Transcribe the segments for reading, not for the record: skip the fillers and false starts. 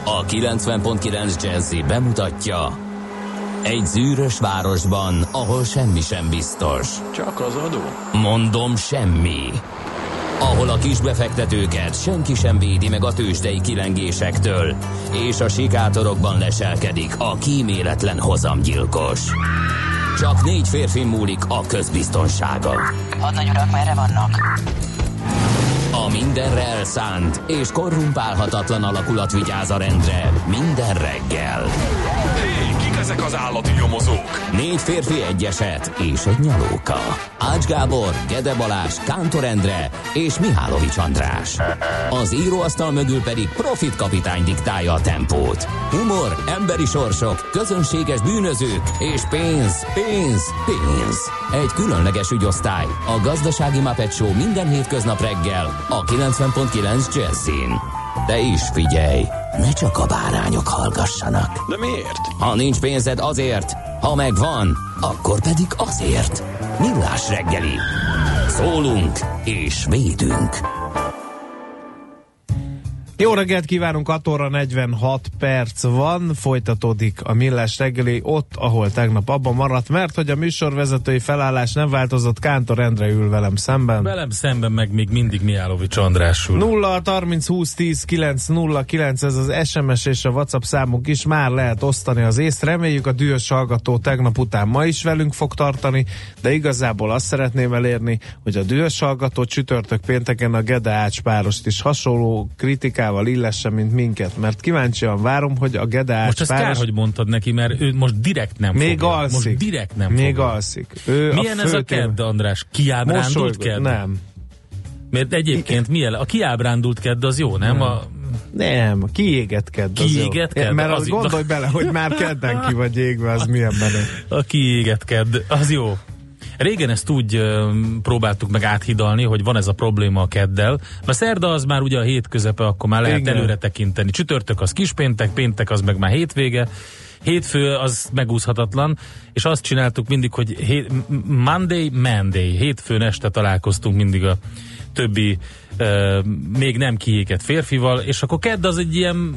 A 90.9 Jazzy bemutatja: egy zűrös városban, ahol semmi sem biztos. Csak az adó? Mondom, semmi. Ahol a kisbefektetőket senki sem védi meg a tőzsdei kilengésektől, és a sikátorokban leselkedik a kíméletlen hozamgyilkos. Csak 4 férfi múlik a közbiztonsága. Hadnagy urak, merre vannak? A mindenre elszánt és korrumpálhatatlan alakulat vigyáz a rendre minden reggel. Hé, kik ezek az állati nyomozók? 4 férfi, egy eset és egy nyalóka. Ács Gábor, Gede Balázs, Kántor Endre és Mihálovics András. Az íróasztal mögül pedig Profit kapitány diktálja a tempót. Humor, emberi sorsok, közönséges bűnözők és pénz, pénz, pénz. Egy különleges ügyosztály, a Gazdasági Muppet Show minden hétköznap reggel a 90.9 Jazzin. De is figyelj, ne csak a bárányok hallgassanak. De miért? Ha nincs pénzed, azért, ha megvan, akkor pedig azért. Millás reggeli. Szólunk és védünk. Jó reggelt kívánunk, 6 óra 46 perc van, folytatódik a Millás reggeli ott, ahol tegnap abban maradt, mert hogy a műsorvezetői felállás nem változott, Kántor Endre ül velem szemben. Velem szemben meg még mindig Mihálovics András ül. 0 30 20 10 9 0 9, ez az SMS és a WhatsApp számunk is, már lehet osztani az észt. Reméljük a dühös hallgató tegnap után ma is velünk fog tartani, de igazából azt szeretném elérni, hogy a dühös hallgató csütörtök pénteken a Gede Ács párost is hasonló kritikával illesse, mint minket, mert kíváncsian várom, hogy a Gede Ács most ezt páros... kár, hogy mondtad neki, mert ő most direkt nem még fogja. alszik. Most direkt nem még fogja. alszik. Ő milyen ez a kedd, András? Kiábrándult kedd? Nem. Mert egyébként milyen? A kiábrándult kedd az jó, nem? Nem, a kiégett kedd. Kiégett kedd? Mert az gondolj bele, hogy már kedden ki vagy égve, az milyen menő. A kiégett kedd, az jó. Régen ezt úgy próbáltuk meg áthidalni, hogy van ez a probléma a keddel, mert szerda az már ugye a hét közepe, akkor már lehet előre tekinteni. Csütörtök az kispéntek, péntek az meg már hétvége, hétfő az megúszhatatlan, és azt csináltuk mindig, hogy Monday, hétfőn este találkoztunk mindig a többi még nem kiégett férfival, és akkor kedd az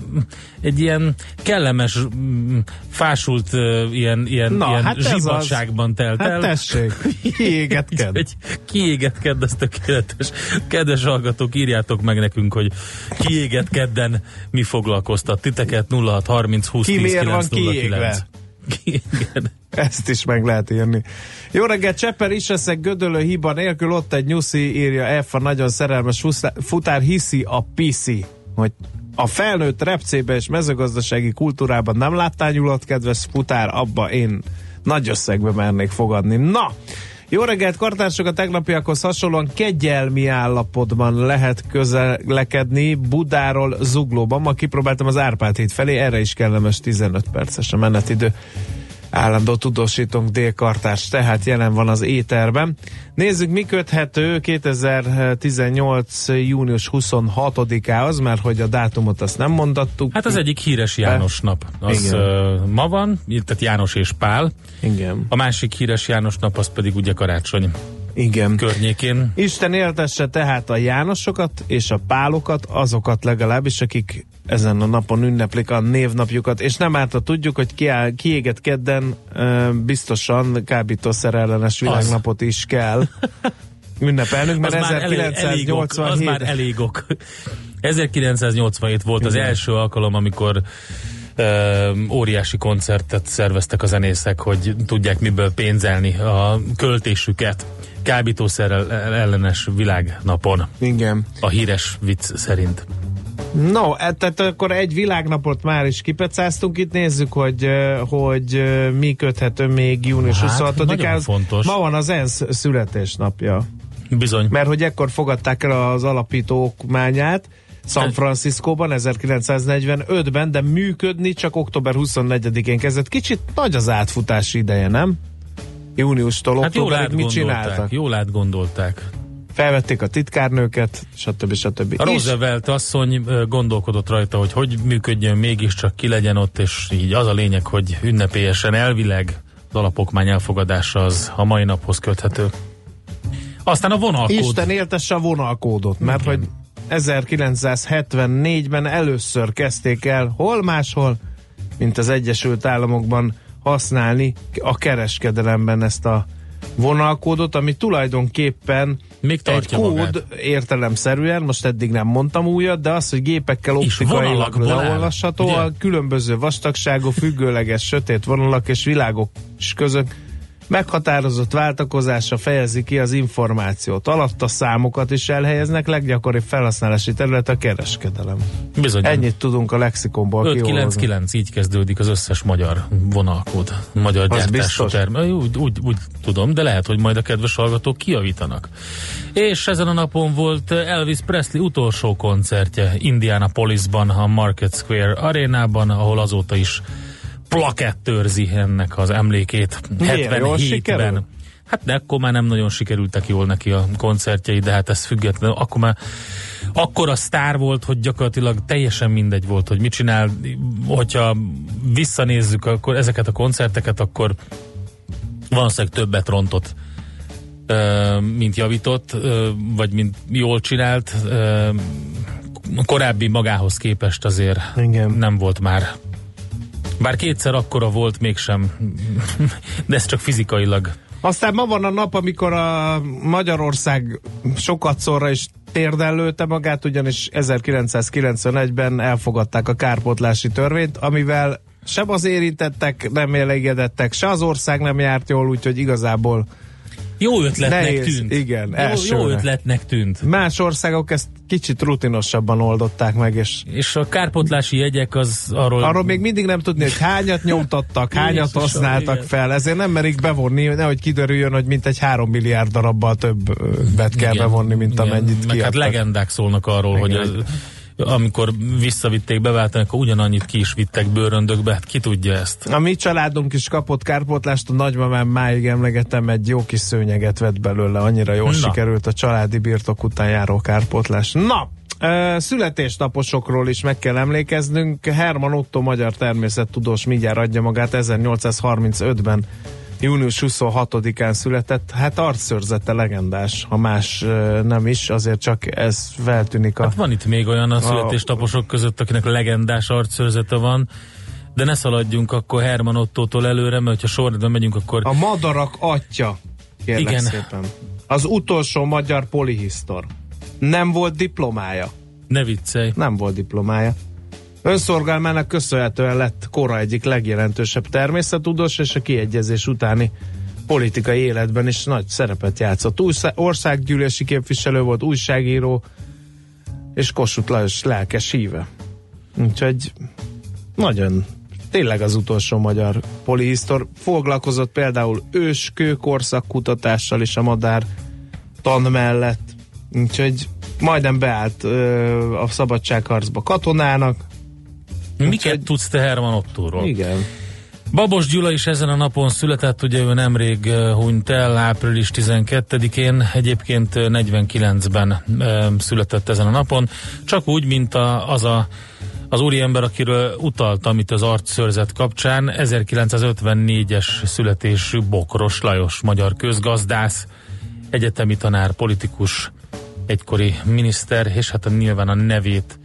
egy ilyen kellemes, fásult, ilyen zsibadságban telt el. Hát tessék, kiégett kedd. Egy kiégett kedd, az tökéletes. Kedves hallgatók, írjátok meg nekünk, hogy kiégett kedden mi foglalkoztat titeket. 06 30 20 10 909. Igen. Ezt is meg lehet írni. Jó reggelt, Csepper Iseszek, Gödöllő hiba nélkül, ott egy nyuszi, írja F, a nagyon szerelmes futár, hiszi a piszi, hogy a felnőtt repcébe és mezőgazdasági kultúrában nem láttál nyulat, kedves futár, abba én nagy összegbe mernék fogadni. Na! Jó reggelt, kartársak, a tegnapiakhoz hasonlóan kegyelmi állapotban lehet közlekedni Budáról Zuglóban. Ma kipróbáltam az Árpád híd felé, erre is kellemes 15 perces a menetidő. Állandó tudósítónk D-kartárs, tehát jelen van az éterben. Nézzük, mi köthető 2018. június 26-ához, mert hogy a dátumot azt nem mondattuk. Hát az egyik híres János nap. Az ma van, tehát János és Pál. Igen. A másik híres János nap az pedig ugye karácsony. Igen. Környékén. Isten éltesse tehát a Jánosokat és a Pálokat, azokat legalábbis, akik ezen a napon ünneplik a névnapjukat, és nem árt, tudjuk, hogy kiégett kedden biztosan kábítószer ellenes világnapot is kell ünnepelnünk, mert 1987... Az már elég ok. 1987 volt az első alkalom, amikor óriási koncertet szerveztek a zenészek, hogy tudják miből pénzelni a költésüket kábítószer ellenes világnapon. Igen. A híres vicc szerint. No, tehát akkor egy világnapot már is kipecáztunk, itt nézzük, hogy mi köthető még június 26-ához. Ma van az ENSZ születésnapja. Bizony. Mert hogy ekkor fogadták el az alapító okmányát, San Franciscóban 1945-ben, de működni csak október 24-én kezdett. Kicsit nagy az átfutási ideje, nem? Júniustól októberig mit csináltak? Jól átgondolták. Felvették a titkárnőket, stb. A Roosevelt asszony gondolkodott rajta, hogy működjön mégiscsak, ki legyen ott, és így az a lényeg, hogy ünnepélyesen elvileg az alapokmány elfogadása az a mai naphoz köthető. Aztán a vonalkód. Isten éltesse a vonalkódot, mert hogy 1974-ben először kezdték el hol máshol, mint az Egyesült Államokban használni a kereskedelemben ezt a vonalkódot, ami tulajdonképpen még egy kód magát. Értelemszerűen, most eddig nem mondtam újat, de az, hogy gépekkel optikailag leolvasható, a különböző vastagságú, függőleges, sötét vonalak és világok között meghatározott váltakozása fejezi ki az információt. Alatta számokat is elhelyeznek, leggyakoribb felhasználási terület a kereskedelem. Bizony. Ennyit tudunk a lexikonból kiolvasni. 599, így kezdődik az összes magyar vonalkód, magyar gyártású termék. Úgy tudom, de lehet, hogy majd a kedves hallgatók kijavítanak. És ezen a napon volt Elvis Presley utolsó koncertje Indianapolisban, a Market Square arénában, ahol azóta is plakett őrzi ennek az emlékét. 77-ben. Hát de akkor már nem nagyon sikerültek jól neki a koncertjei, de hát ez független. Akkor már akkora sztár volt, hogy gyakorlatilag teljesen mindegy volt, hogy mit csinál. Hogyha visszanézzük akkor ezeket a koncerteket, akkor valószínűleg többet rontott, mint javított, vagy mint jól csinált. Korábbi magához képest azért igen. Nem volt már. Bár kétszer akkora volt, mégsem, de ez csak fizikailag. Aztán ma van a nap, amikor a Magyarország sokatszorra is térdellőtte magát, ugyanis 1991-ben elfogadták a kárpótlási törvényt, amivel sem az érintettek nem elégedettek, se az ország nem járt jól, úgyhogy igazából jó ötletnek tűnt. Igen, jó ötletnek tűnt. Más országok ezt kicsit rutinosabban oldották meg. És a kárpótlási jegyek az arról még mindig nem tudni, hogy hányat nyomtattak, hányat használtak fel. Ezért nem merik bevonni, nehogy kiderüljön, hogy mintegy 3 milliárd darabbal többet kell bevonni, mint amennyit kiadtak. Hát legendák szólnak arról, igen. Hogy amikor visszavitték, beváltanak, akkor ugyanannyit ki is vittek bőröndökbe, hát ki tudja ezt. A mi családunk is kapott kárpótlást, a nagymamám máig emlegetem, egy jó kis szőnyeget vett belőle, annyira jól sikerült a családi birtok után járó kárpótlás. Na, születésnaposokról is meg kell emlékeznünk. Hermann Otto magyar természettudós mindjárt adja magát, 1835-ben június 26-án született, hát arcszőrzete legendás, ha más nem is, azért csak ez feltűnik. Hát van itt még olyan a születésnaposok között, akinek legendás arcszőrzete van, de ne szaladjunk akkor Hermann Ottótól előre, mert ha sorrendben megyünk, akkor... A madarak atya, kérlek igen. Szépen. Az utolsó magyar polihisztor. Nem volt diplomája. Ne viccelj. Nem volt diplomája. Önszorgalmának köszönhetően lett kora egyik legjelentősebb természettudós, és a kiegyezés utáni politikai életben is nagy szerepet játszott. Országgyűlési képviselő volt, újságíró, és Kossuth Lajos lelkes híve. Úgyhogy nagyon, tényleg az utolsó magyar polihisztor. Foglalkozott például őskőkorszak kutatással is a madár tan mellett. Úgyhogy majdnem beállt a szabadságharcba katonának. Miket tudsz te Hermann Ottóról? Igen. Babos Gyula is ezen a napon született, ugye ő nemrég hunyt el, április 12-én, egyébként 49-ben született ezen a napon, csak úgy, mint az úriember, akiről utaltam itt az arcszőrzet kapcsán, 1954-es születésű Bokros Lajos, magyar közgazdász, egyetemi tanár, politikus, egykori miniszter, és hát nyilván a nevét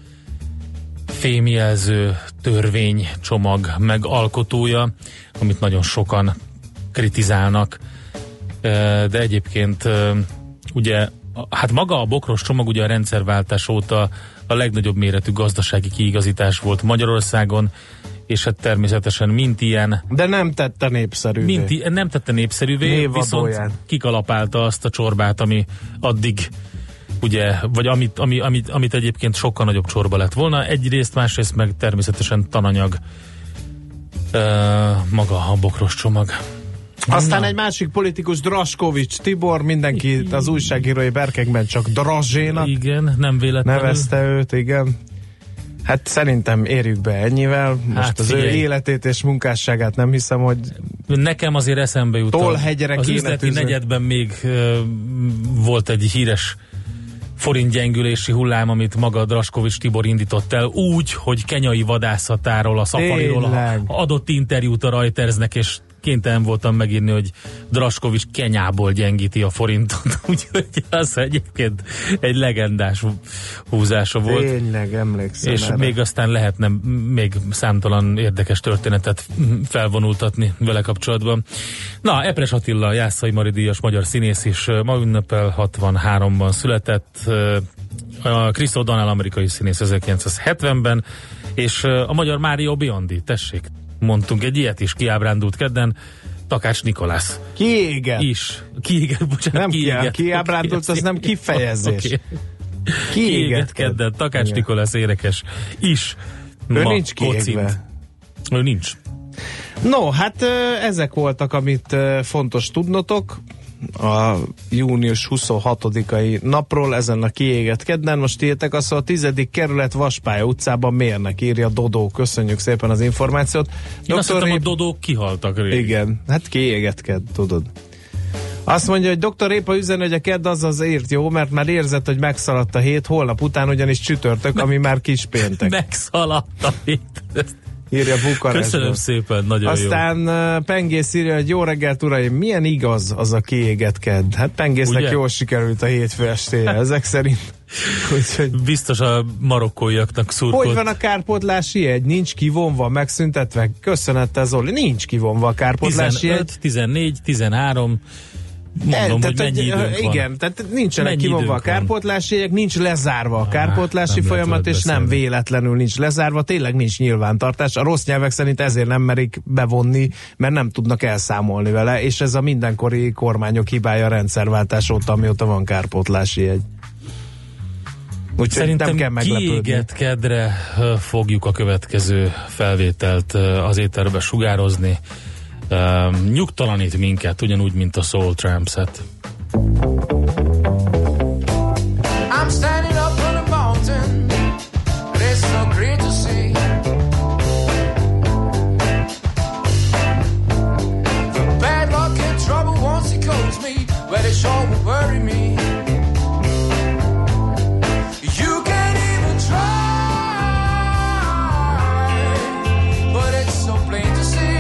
fémjelző törvénycsomag megalkotója, amit nagyon sokan kritizálnak, de egyébként ugye, hát maga a Bokros csomag ugye a rendszerváltás óta a legnagyobb méretű gazdasági kiigazítás volt Magyarországon, és hát természetesen mint ilyen... De nem tette népszerűvé. Nem tette népszerűvé, viszont kikalapálta azt a csorbát, ami addig ugye, vagy amit egyébként sokkal nagyobb csorba lett volna. Egyrészt, másrészt meg természetesen tananyag maga a Bokros csomag. Aztán egy másik politikus, Draskovics Tibor, mindenki az újságírói berkekben csak Drazsénak igen, nem véletlenül nevezte őt, igen. Hát szerintem érjük be ennyivel. Most hát az figyelj, ő életét és munkásságát nem hiszem, hogy nekem azért eszembe jut. Tollhegyre az üzleti negyedben még volt egy híres forintgyengülési hullám, amit maga Draskovics Tibor indított el úgy, hogy kenyai vadászatáról, a szafariról adott interjút a Reutersnek, és kénytelen voltam megírni, hogy Draskovics Kenyából gyengíti a forintot, úgyhogy az egyébként egy legendás húzása volt. Tényleg, emlékszem és erre. még aztán lehetne még számtalan érdekes történetet felvonultatni vele kapcsolatban. Na, Epres Attila, Jászai Mari díjas magyar színész is ma ünnepel, 63-ban született, a Chris O'Donnell amerikai színész 1970-ben, és a magyar Mário Biondi, tessék, mondtunk egy ilyet is, kiábrándult kedden, Takács Nikolász. Kiégett. Is. Kiégett, bocsánat, Nem kiégett. kiábrándult, az nem kifejezés. Okay. Kiégett kedden, Takács igen. Nikolász énekes is. Ő nincs kiégve. Ő nincs. No, hát ezek voltak, amit fontos tudnotok a június 26-ai napról, ezen a kiégett kedden. Most írtek azt, hogy a 10. kerület Vaspálya utcában mérnek, írja Dodó. Köszönjük szépen az információt. Én azt hittem, a Dodók kihaltak régen. Igen, hát kiégett kedd, tudod. Azt mondja, hogy Dr. Répa üzeni, hogy a kedd az ért jó, mert már érzett, hogy megszaladt a hét, holnap után ugyanis csütörtök, ami már kispéntek. Megszaladt a hét. Írja Bukarestből. Köszönöm szépen, nagyon Aztán jó. Aztán Pengész írja, hogy jó reggelt, uraim, milyen igaz az a kiégett kedd? Hát Pengésznek ugye? Jól sikerült a hétfő estéje, ezek szerint. Úgyhogy... Biztos a marokkóiaknak szurkolt. Hogy van a kárpótlási jegy? Nincs kivonva, megszüntetve? Köszönettel, Zoli. Nincs kivonva a kárpótlási 15, jegy. 14, 13... Mondom, hogy mennyi időnk van. Igen, tehát nincsenek kivonva a kárpótlási jegyek, nincs lezárva a kárpótlási folyamat, és nem véletlenül nincs lezárva, tényleg nincs nyilvántartás. A rossz nyelvek szerint ezért nem merik bevonni, mert nem tudnak elszámolni vele, és ez a mindenkori kormányok hibája a rendszerváltás óta, amióta van kárpótlási jegy. Úgyhogy szerintem nem kell meglepődni. Kiégett kedre fogjuk a következő felvételt az éterbe sugározni. Nyugtalanít minket, ugyanúgy, mint a Soul Tramps-et. I'm standing up on a mountain, it's so great to see. The bad luck and trouble once it calls me, but it sure will worry me. You can't even try, but it's so plain to see.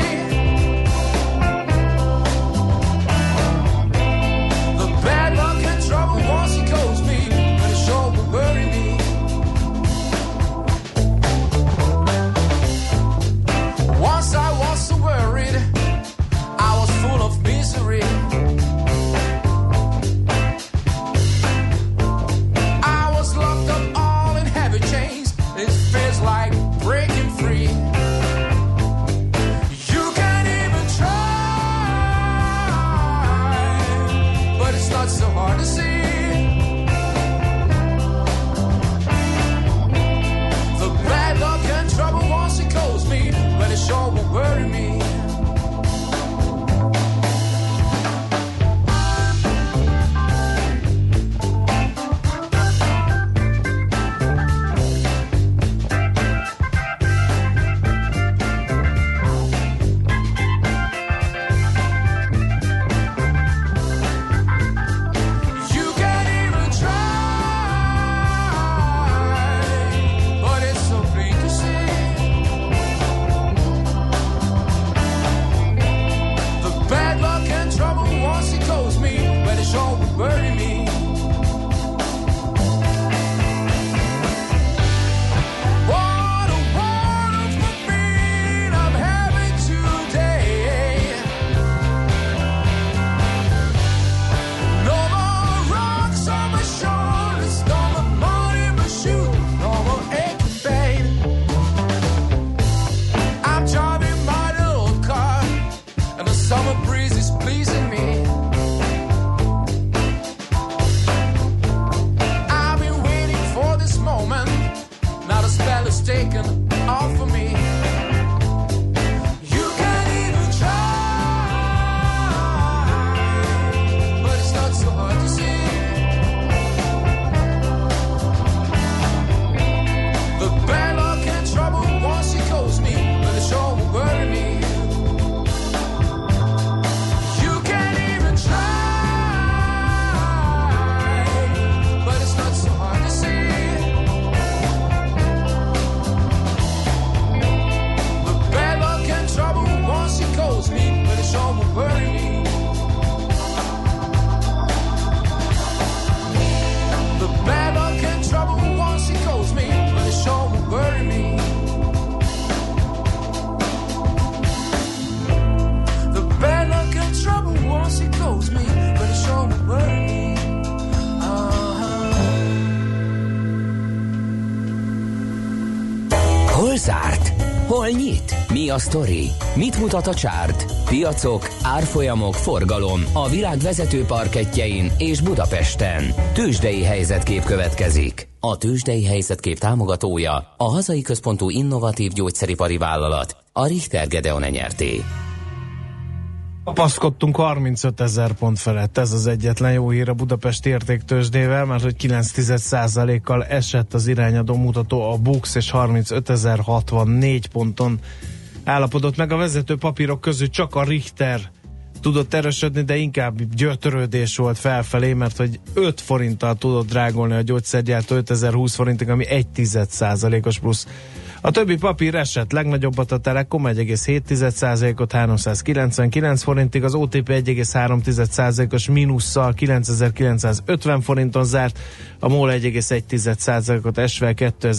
Hol zárt? Hol nyit? Mi a sztori? Mit mutat a csárt? Piacok, árfolyamok, forgalom a világ vezető parkettjein és Budapesten. Tőzsdei helyzetkép következik. A Tőzsdei helyzetkép támogatója a hazai központú innovatív gyógyszeripari vállalat, a Richter Gedeon nyerté. Kapaszkodtunk 35 000 pont felett, ez az egyetlen jó hír a Budapesti értéktőzsdével, mert hogy 9%-kal esett az irányadó mutató a BUX, és 35.064 ponton állapodott meg. A vezető papírok közül csak a Richter tudott erősödni, de inkább gyötrődés volt felfelé, mert hogy 5 forinttal tudott drágolni a gyógyszergyártó 5020 forintig, ami 1,1%-os plusz. A többi papír esett, legnagyobbat a Telekom 1,7%-ot 399 forintig, az OTP 1,3%-os mínusszal 9950 forinton zárt, a MOL 1,1%-ot esve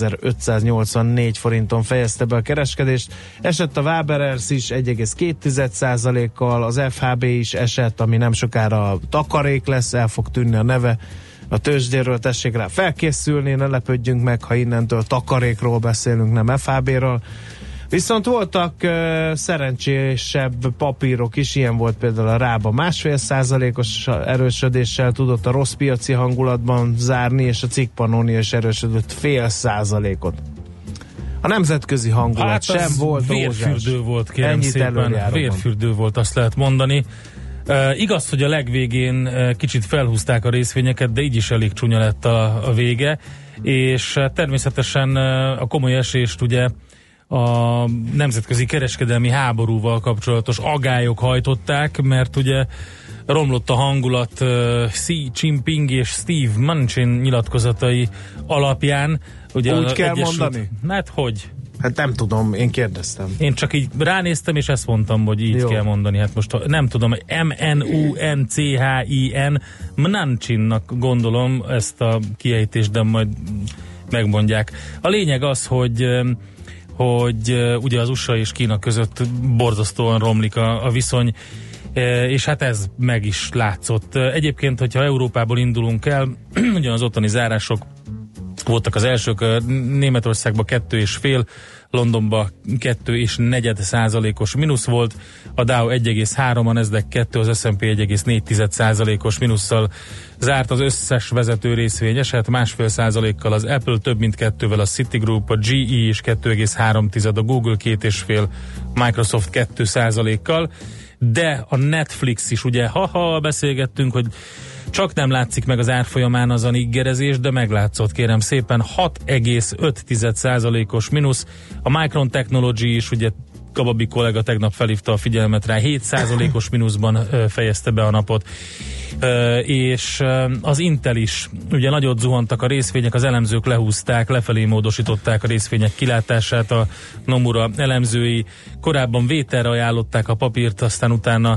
2584 forinton fejezte be a kereskedést. Esett a Waberers is 1,2%-kal, az FHB is esett, ami nem sokára takarék lesz, el fog tűnni a neve a tőzsdéről, tessék rá felkészülni, ne lepődjünk meg, ha innentől takarékról beszélünk, nem FHB-ről. Viszont voltak szerencsésebb papírok is, ilyen volt például a Rába 1,5%-os erősödéssel tudott a rossz piaci hangulatban zárni, és a Cikk Pannonia is erősödött 0,5%-ot. A nemzetközi hangulat sem volt vérfürdő volt, kérem szépen, vérfürdő volt, azt lehet mondani. Igaz, hogy a legvégén kicsit felhúzták a részvényeket, de így is elég csúnya lett a vége, és természetesen a komoly esést ugye a nemzetközi kereskedelmi háborúval kapcsolatos agályok hajtották, mert ugye romlott a hangulat Xi Jinping és Steve Mnuchin nyilatkozatai alapján. Ugye úgy kell mondani? Hát hogy? Hát nem tudom, én kérdeztem. Én csak így ránéztem, és ezt mondtam, hogy így kell mondani. Hát most nem tudom, M-N-U-N-C-H-I-N Mnuchinnak gondolom ezt a kiejtést, de majd megmondják. A lényeg az, hogy ugye az USA és Kína között borzasztóan romlik a viszony, és hát ez meg is látszott. Egyébként, hogyha Európából indulunk el, ugye az ottani zárások voltak az elsők, Németországban 2,5, Londonban 2,4%-os mínusz volt, a Dow 1,3, a Nasdaq 2, az S&P 1,4%-os mínusszal zárt, az összes vezető részvény esett 1,5%-kal, az Apple több mint 2-vel, a Citigroup, a GE is 2,3, a Google 2,5, Microsoft 2%-kal, de a Netflix is, ugye, beszélgettünk, hogy csak nem látszik meg az árfolyamán az a niggerezés, de meglátszott, kérem szépen, 6,5%-os mínusz. A Micron Technology is, ugye Gababi kollega tegnap felhívta a figyelmet rá, 7%-os mínuszban fejezte be a napot. És az Intel is, ugye nagyot zuhantak a részvények, az elemzők lehúzták, lefelé módosították a részvények kilátását, a Nomura elemzői korábban vételre ajánlották a papírt, aztán utána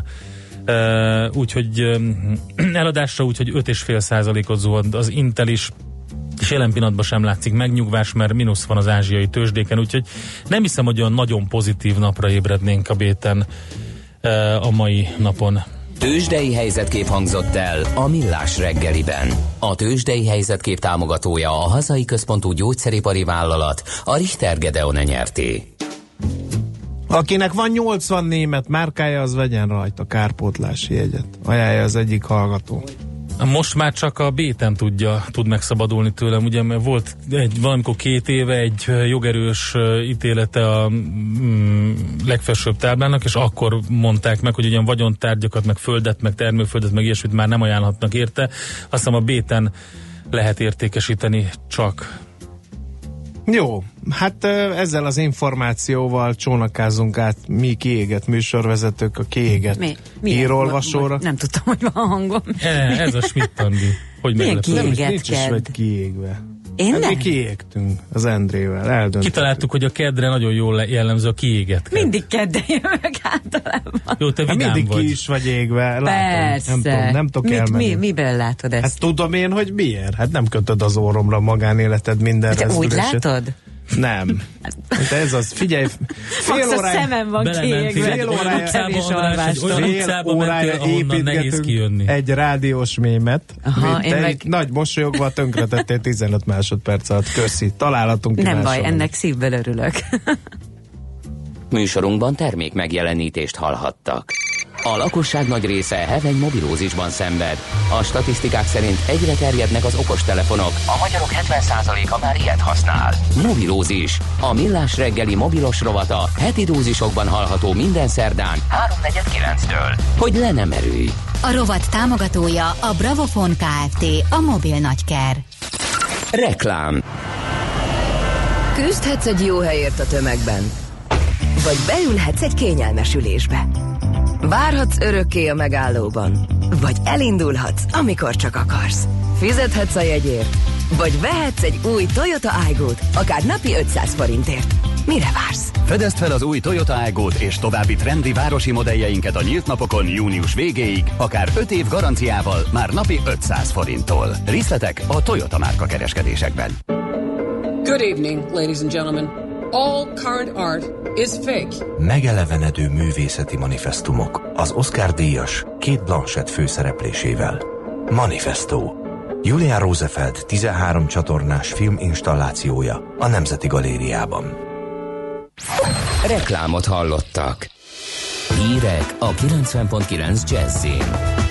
úgyhogy eladásra, úgyhogy 5,5%-ot zuhant az Intel is, és jelen pillanatban sem látszik megnyugvás, mert mínusz van az ázsiai tőzsdéken, úgyhogy nem hiszem, hogy olyan nagyon pozitív napra ébrednénk a béten a mai napon. Tőzsdei helyzetkép hangzott el a Millás reggeliben. A Tőzsdei helyzetkép támogatója a hazai központú gyógyszeripari vállalat, a Richter Gedeon nyerté. Akinek van 80 német márkája, az vegyen rajta kárpótlási jegyet. Ajánlja az egyik hallgató. Most már csak a béten tud megszabadulni tőlem, ugye, mert volt valamikor 2 éve egy jogerős ítélete a legfelsőbb táblának, és akkor mondták meg, hogy ugyan vagyontárgyakat, meg földet, meg termőföldet, meg ilyesmit már nem ajánlhatnak érte. Azt hiszem a béten lehet értékesíteni csak. Jó, hát ezzel az információval csónakázunk át mi kiégett műsorvezetők a kiégett írolvasóra. Nem tudtam, hogy van hangom. Ez a Schmidt-Andi. Hogy meglepő? Nincs is vagy kiégve. Én hát nem? Mi kiégtünk az Endrével, eldöntött. Kitaláltuk, hogy a keddre nagyon jól jellemző a kiégett kedd. Mindig kedden jövök általában. Jó, te vidám mindig vagy. Ki is vagy égve, látom. Persze. Nem tudok elmenni. Miben látod ezt? Hát tudom én, hogy miért. Hát nem kötöd az orromra a magánéleted minden rezdülését. Úgy látod? Nem. De ez az, figyelj, Max a szemem van kiégve. Fél órája építgetünk egy rádiós mémet. Aha, te itt nagy mosolyogva tönkretettél 15 másodperc alatt. Köszi, találhatunk ki nem máshol. baj, ennek szívből örülök. Műsorunkban termék megjelenítést hallhattak. A lakosság nagy része heveny mobilózisban szenved. A statisztikák szerint egyre terjednek az okostelefonok. A magyarok 70%-a már ilyet használ. Mobilózis. A Millás reggeli mobilos rovata heti dózisokban hallható minden szerdán 3:49-től. Hogy le nem erőj. A rovat támogatója a Bravofon Kft. A mobil nagyker. Reklám. Küzdhetsz egy jó helyért a tömegben. Vagy beülhetsz egy kényelmes ülésbe. Várhatsz örökké a megállóban. Vagy elindulhatsz, amikor csak akarsz. Fizethetsz a jegyért. Vagy vehetsz egy új Toyota Aygo-t, akár napi 500 forintért. Mire vársz? Fedezd fel az új Toyota Aygo-t és további trendi városi modelljeinket a nyílt napokon június végéig, akár 5 év garanciával, már napi 500 forinttól. Részletek a Toyota márka kereskedésekben. Good evening, ladies and gentlemen. All current art is fake. Megelevenedő művészeti manifestumok az Oscar-díjas Kate Blanchett főszereplésével. Manifesto. Julia Rosenfeld 13 csatornás filminstallációja a Nemzeti Galériában. Reklámot hallottak. Hírek a 90.9 Jazzin.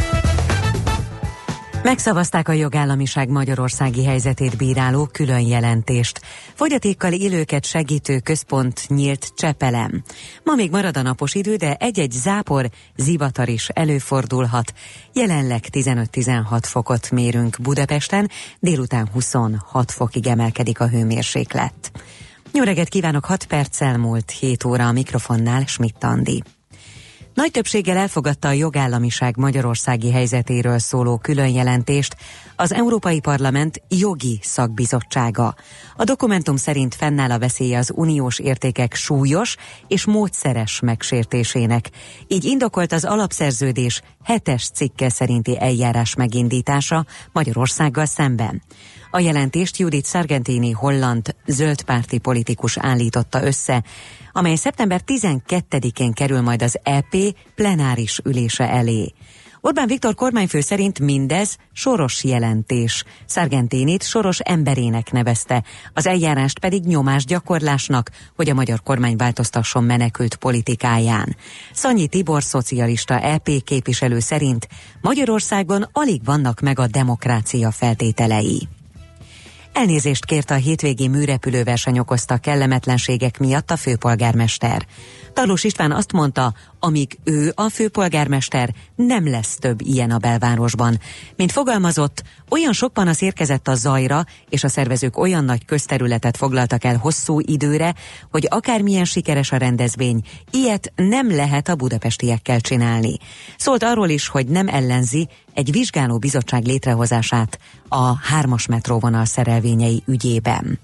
Megszavazták a jogállamiság magyarországi helyzetét bíráló külön jelentést. Fogyatékkal élőket segítő központ nyílt Csepelen. Ma még marad a napos idő, de egy-egy zápor, zivatar is előfordulhat. Jelenleg 15-16 fokot mérünk Budapesten, délután 26 fokig emelkedik a hőmérséklet. Jó reggelt kívánok, 6 perccel múlt 7 óra a mikrofonnál Schmidt Andi. Nagy többséggel elfogadta a jogállamiság magyarországi helyzetéről szóló különjelentést az Európai Parlament jogi szakbizottsága. A dokumentum szerint fennáll a veszélye az uniós értékek súlyos és módszeres megsértésének. Így indokolt az alapszerződés 7-es cikke szerinti eljárás megindítása Magyarországgal szemben. A jelentést Judith Sargentini holland zöldpárti politikus állította össze, amely szeptember 12-én kerül majd az EP plenáris ülése elé. Orbán Viktor kormányfő szerint mindez soros jelentés. Sargentinit soros emberének nevezte, az eljárást pedig nyomásgyakorlásnak, hogy a magyar kormány változtasson menekült politikáján. Szanyi Tibor szocialista EP képviselő szerint Magyarországon alig vannak meg a demokrácia feltételei. Elnézést kért a hétvégi műrepülőverseny okozta kellemetlenségek miatt a főpolgármester. Tarlós István azt mondta, amíg ő a főpolgármester, nem lesz több ilyen a belvárosban. Mint fogalmazott, olyan sok panasz érkezett a zajra, és a szervezők olyan nagy közterületet foglaltak el hosszú időre, hogy akármilyen sikeres a rendezvény, ilyet nem lehet a budapestiekkel csinálni. Szólt arról is, hogy nem ellenzi egy vizsgáló bizottság létrehozását a 3-as metróvonal szerelvényei ügyében.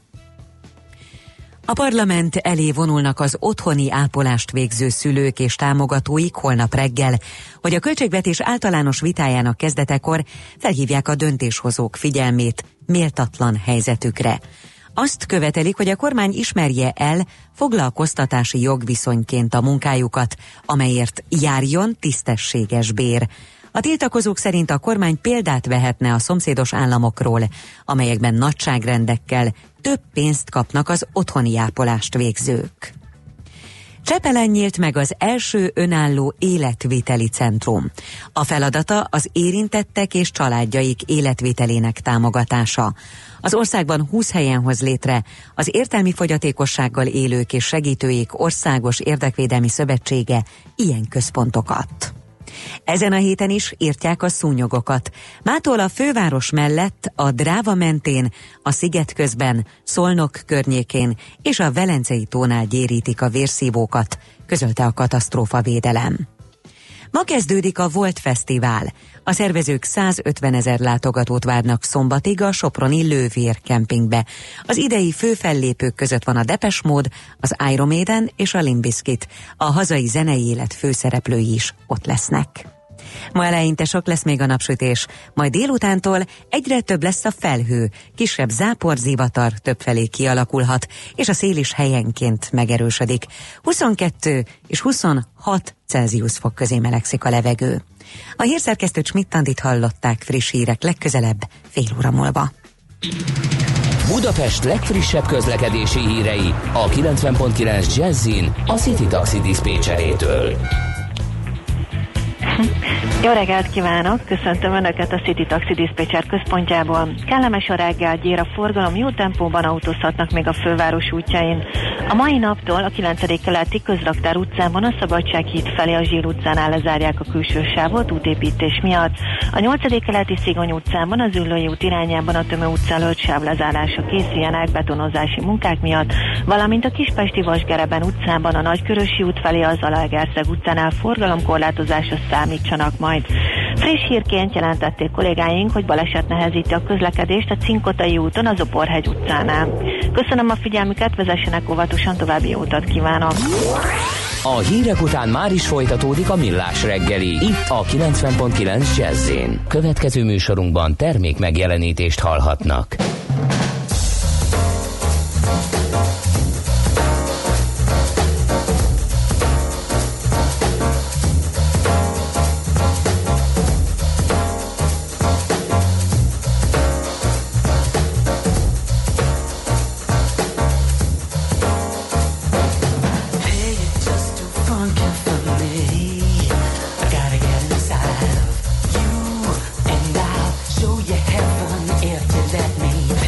A parlament elé vonulnak az otthoni ápolást végző szülők és támogatóik holnap reggel, hogy a költségvetés általános vitájának kezdetekor felhívják a döntéshozók figyelmét méltatlan helyzetükre. Azt követelik, hogy a kormány ismerje el foglalkoztatási jogviszonyként a munkájukat, amelyért járjon tisztességes bér. A tiltakozók szerint a kormány példát vehetne a szomszédos államokról, amelyekben nagyságrendekkel több pénzt kapnak az otthoni ápolást végzők. Csepelen nyílt meg az első önálló életviteli centrum. A feladata az érintettek és családjaik életvitelének támogatása. Az országban 20 helyen hoz létre az értelmi fogyatékossággal élők és segítőik országos érdekvédelmi szövetsége ilyen központokat. Ezen a héten is írtják a szúnyogokat. Mától a főváros mellett a Dráva mentén, a Sziget közben, Szolnok környékén és a Velencei tónál gyérítik a vérszívókat, közölte a katasztrófavédelem. Ma kezdődik a Volt Fesztivál. A szervezők 150 000 látogatót várnak szombatig a soproni Lővér kempingbe. Az idei főfellépők között van a Depeche Mode, az Iron Maiden és a Limp Bizkit. A hazai zenei élet főszereplői is ott lesznek. Ma eleinte sok lesz még a napsütés, majd délutántól egyre több lesz a felhő, kisebb záporzivatar többfelé kialakulhat, és a szél is helyenként megerősödik. 22 és 26 Celsius fok közé melegszik a levegő. A hírszerkesztő Schmidt-Andit hallották, friss hírek legközelebb fél óra múlva. Budapest legfrissebb közlekedési hírei a 90.9 Jazzin a City Taxi diszpécserétől. Jó reggelt kívánok! Köszöntöm Önöket a City Taxi diszpécser központjából. Kellemes a reggel, gyér a forgalom, jó tempóban autózhatnak még a főváros útjain. A mai naptól a 9. keleti Közraktár utcában a Szabadság híd felé a Zsír utcánál lezárják a külső sávot útépítés miatt. A 8. keleti Szigony utcában az Üllői út irányában a Tömő utca előtt sávlezárása készüljenek betonozási munkák miatt, valamint a Kispesti Vasgereben utcában a Nagykörösi út felé az Zalaegerszeg utcánál forgalomkorlátozásra számítsanak majd. Friss hírként jelentették kollégáink, hogy baleset nehezíti a közlekedést a Cinkotai úton az Oporhegy utcánál. Köszönöm a figyelmüket, vezessenek óvatosan, további jó utat kívánok! A hírek után már is folytatódik a Millás reggeli, itt a 90.9 Jazz-én. Következő műsorunkban termék megjelenítést hallhatnak. Show you heaven if you let me.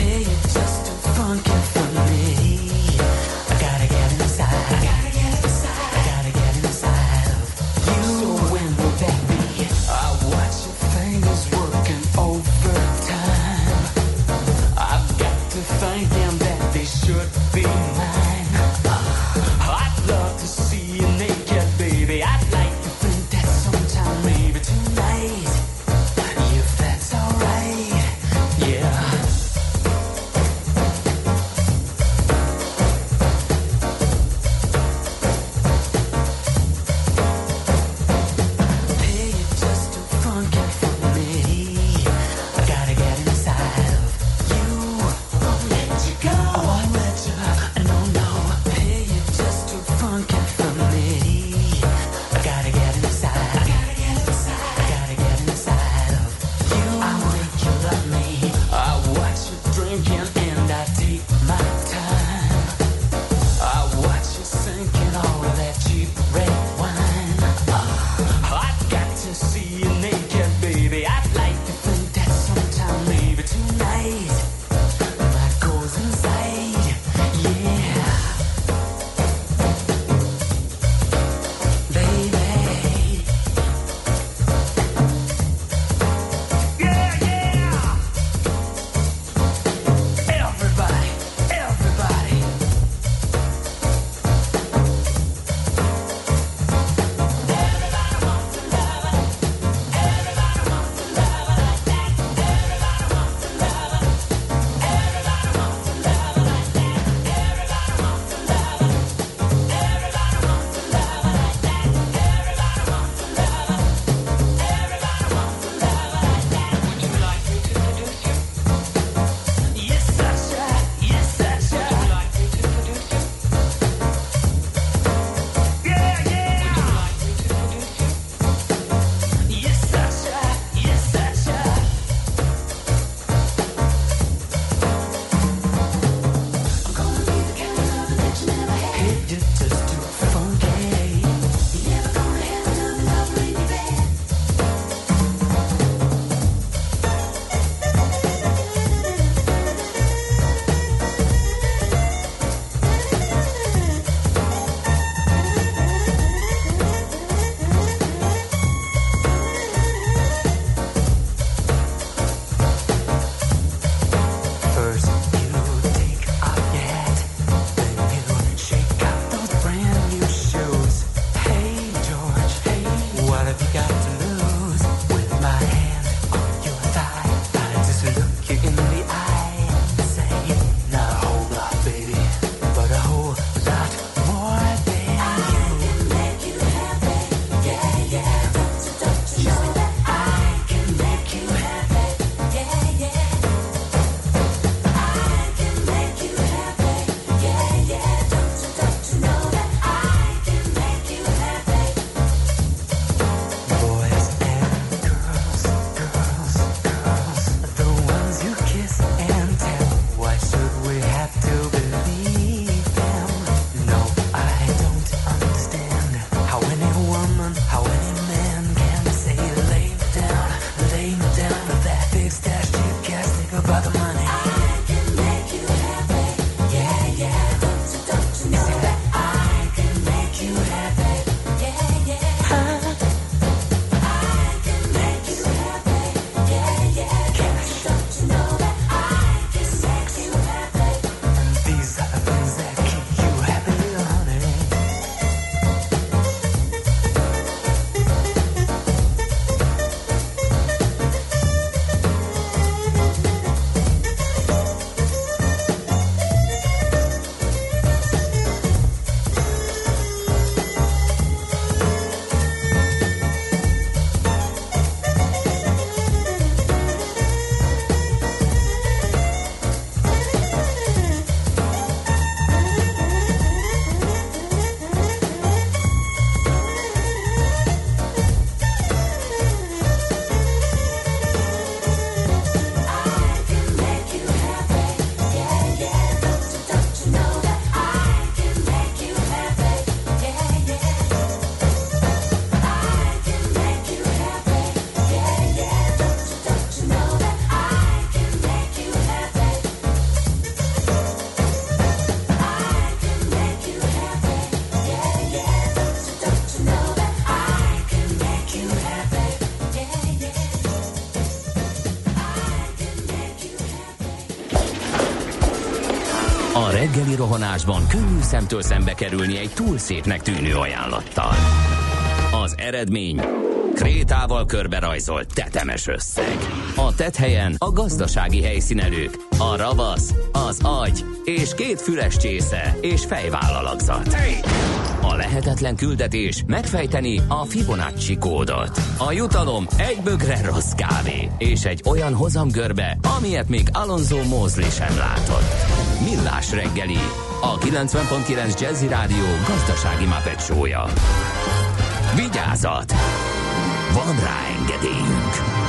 reggeli rohanásban könnyű szemtől szembe kerülni egy túl szépnek tűnő ajánlattal. Az eredmény krétával körberajzolt tetemes összeg. A tetthelyen a gazdasági helyszínelők, a ravasz, az agy és 2 füles csésze és fejvállalakzat. A lehetetlen küldetés megfejteni a Fibonacci kódot. A jutalom egy bögre rossz kávé és egy olyan hozamgörbe, amilyet még Alonso Mosley sem látott. Millás reggeli, a 90.9 Jazzy Rádió gazdasági Muppet show-ja. Vigyázat! Van rá engedélyünk!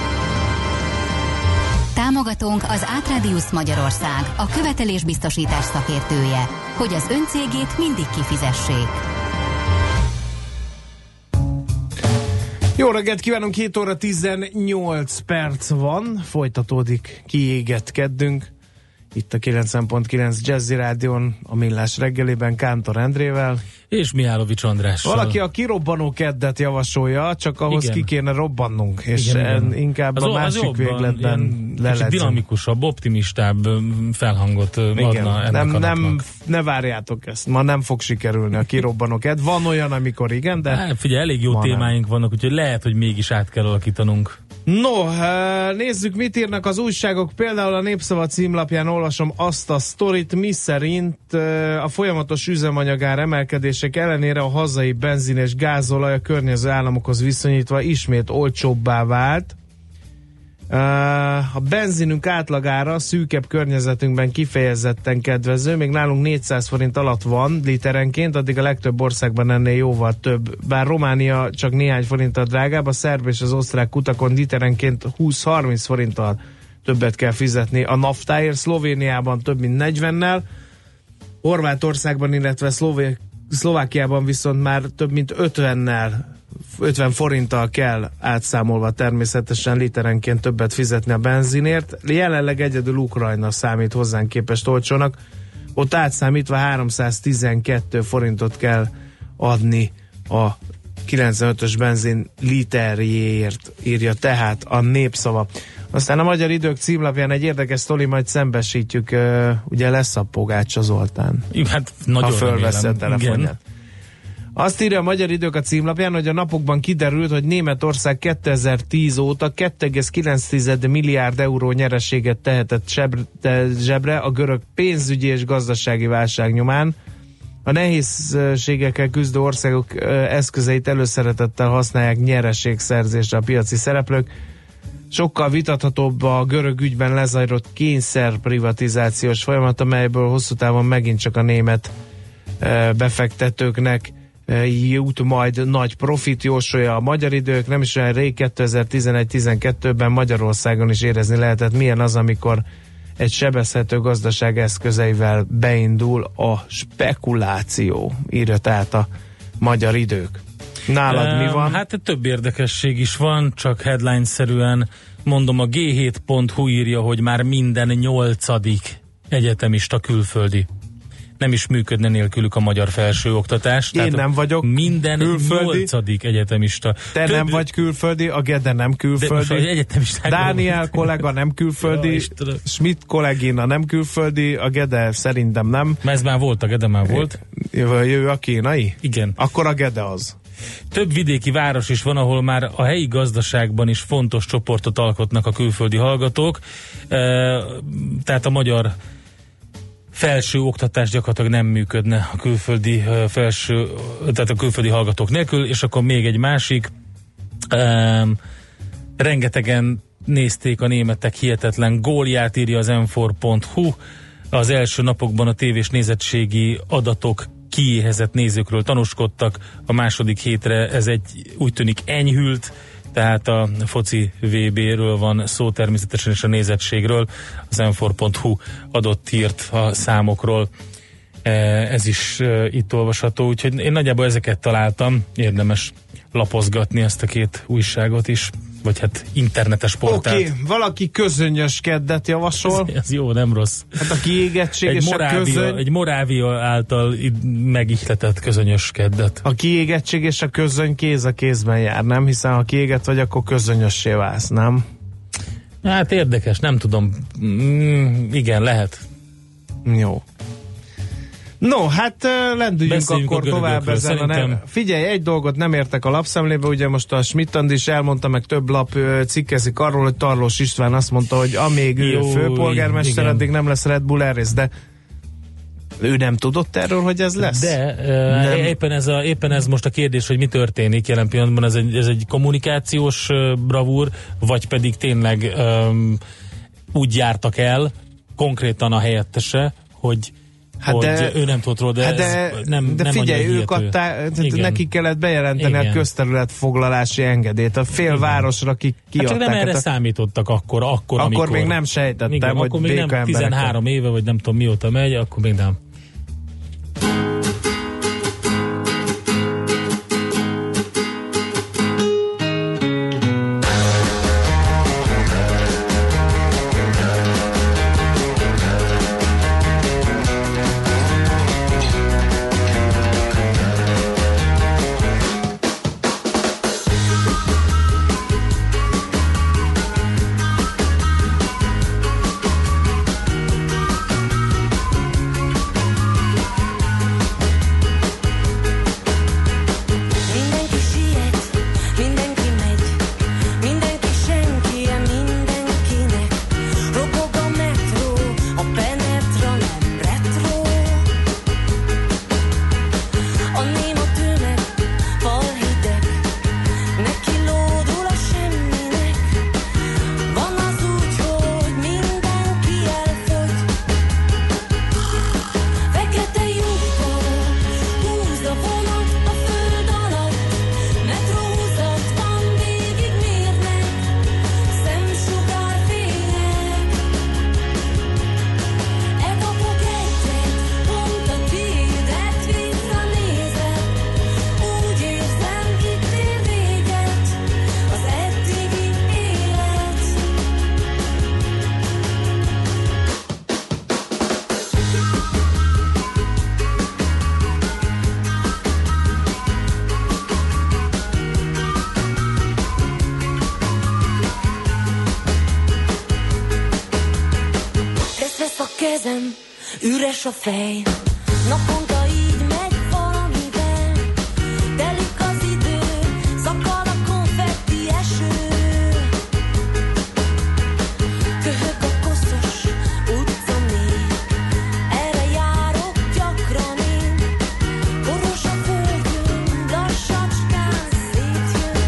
Támogatónk az Átradius Magyarország, a követelésbiztosítás szakértője, hogy az öncégét mindig kifizessék. Jó reggelt kívánunk, 7 óra 18 perc van, folytatódik kiégett keddünk. Itt a 90.9 Jazzy Rádion, a Millás reggelében Kántor Endrével. És Mihálovics Andrással. Valaki a kirobbanó keddet javasolja, csak ahhoz ki kéne robbannunk, és igen. Inkább a másik végletben kicsit dinamikusabb, optimistább felhangot adna ennek a napnak. Ne várjátok ezt, ma nem fog sikerülni a kirobbanó kedd. Van olyan, amikor igen, de... Figyelj, elég jó témáink vannak, úgyhogy lehet, hogy mégis át kell alakítanunk. No, nézzük, mit írnak az újságok. Például a Népszava címlapján olvasom azt a sztorit, miszerint a folyamatos üzemanyagár emelkedések ellenére a hazai benzin és gázolaj a környező államokhoz viszonyítva ismét olcsóbbá vált. A benzinünk átlagára szűkebb környezetünkben kifejezetten kedvező, még nálunk 400 forint alatt van literenként, addig a legtöbb országban ennél jóval több. Bár Románia csak néhány forinttal drágább, a szerb és az osztrák utakon literenként 20-30 forinttal többet kell fizetni a naftáért, Szlovéniában több mint 40-nel, Horvátországban, illetve Szlovákiában viszont már több mint 50 forinttal kell átszámolva természetesen literenként többet fizetni a benzinért. Jelenleg egyedül Ukrajna számít hozzánk képest olcsónak. Ott átszámítva 312 forintot kell adni a 95-ös benzin literjéért, írja tehát a Népszava. Aztán a Magyar Idők címlapján egy érdekes sztori, majd szembesítjük, ugye lesz a Pogácsa Zoltán. Hát nagyon ha fölveszi a telefonját. Igen. Azt írja a Magyar Idők a címlapján, hogy a napokban kiderült, hogy Németország 2010 óta 2,9 milliárd euró nyereséget tehetett zsebre a görög pénzügyi és gazdasági válság nyomán. A nehézségekkel küzdő országok eszközeit előszeretettel használják nyereségszerzésre a piaci szereplők. Sokkal vitathatóbb a görög ügyben lezajlott kényszerprivatizációs folyamat, amelyből hosszú távon megint csak a német befektetőknek jut majd nagy profit, jósolja a Magyar Idők. Nem is olyan rég, 2011-12-ben Magyarországon is érezni lehetett, milyen az, amikor egy sebezhető gazdaság eszközeivel beindul a spekuláció, írja tehát a Magyar Idők. Nálad mi van? Hát több érdekesség is van, csak headline-szerűen mondom, a G7.hu írja, hogy már minden 8. egyetemista külföldi. Nem is működne nélkülük a magyar felsőoktatás. Én nem vagyok minden külföldi. 8. egyetemista. Te nem vagy külföldi, a Gede nem külföldi. Dániel kollega nem külföldi, Schmidt kollégina nem külföldi, a Gede szerintem nem. Ez már volt, a Gede már volt. Ő a kínai? Igen. Akkor a Gede az. Több vidéki város is van, ahol már a helyi gazdaságban is fontos csoportot alkotnak a külföldi hallgatók. Tehát a magyar felső oktatás gyakorlatilag nem működne a külföldi tehát a külföldi hallgatók nélkül, és akkor még egy másik, rengetegen nézték a németek hihetetlen gólját, írja az m4.hu. Az első napokban a tévés nézettségi adatok kiéhezett nézőkről tanúskodtak, a második hétre ez úgy tűnik enyhült, tehát a foci VB-ről van szó természetesen, és a nézettségről. Az m4.hu adott hírt a számokról. Ez is itt olvasható, úgyhogy én nagyjából ezeket találtam. Érdemes lapozgatni ezt a két újságot is, vagy hát internetes portált. Oké, valaki közönyös keddet javasol. Ez jó, nem rossz. Hát a kiégettség és a közöny. Egy Morávia által megihletett közönyös keddet. A kiégettség és a közöny kéz a kézben jár, nem? Hiszen ha kiégett vagy, akkor közönyössé válsz, nem? Hát érdekes, nem tudom. Igen, lehet. Jó. No, hát lendüljünk beszéljünk akkor tovább ezen. Szerintem... Figyelj, egy dolgot nem értek a lapszemlébe, ugye most a Schmidt-Andi is elmondta, meg több lap cikkezik arról, hogy Tarlós István azt mondta, hogy amíg ő főpolgármester, igen, addig nem lesz Red Bull Air Race, de ő nem tudott erről, hogy ez lesz? De éppen ez most a kérdés, hogy mi történik jelen pillanatban, ez egy kommunikációs bravúr, vagy pedig tényleg úgy jártak el, konkrétan a helyettese, hogy ő nem tudott róla, de nem figyelj, ők nekik kellett bejelenteni a közterületfoglalási engedélyt, a félvárosra kiadták. Hát csak nem erre számítottak akkor amikor még nem sejtettem, igen, hogy akkor még nem 13 éve, vagy nem tudom mióta megy, akkor még nem. Üres a fej, naponta így megy valamivel, telik az idő, szakad a konfetti eső, köhög a koszos utca mély, erre járok gyakran én, boros a földön, lassacskán szétjön,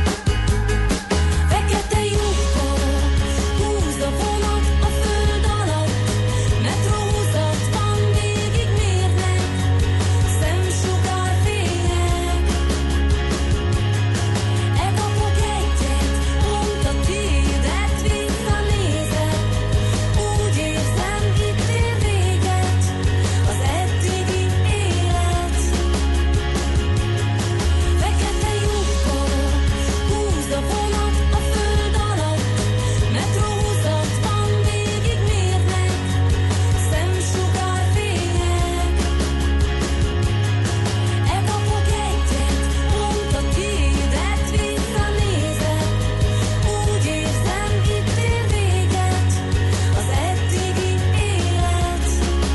fekete lyukban húz a vonat a föld alatt, metrózat van végig mérnek, szemsugárfények. Elkapok egyet, pont a tiédet visszanézek, úgy érzem, itt ér véget az eddigi élet. Fekete lyukban húz a vonat a föld alatt, metrózat van végig mérnek, szemsugárfények. Elkapok egyet, pont a tiédet visszanézek, úgy érzem, itt ér véget az eddigi élet.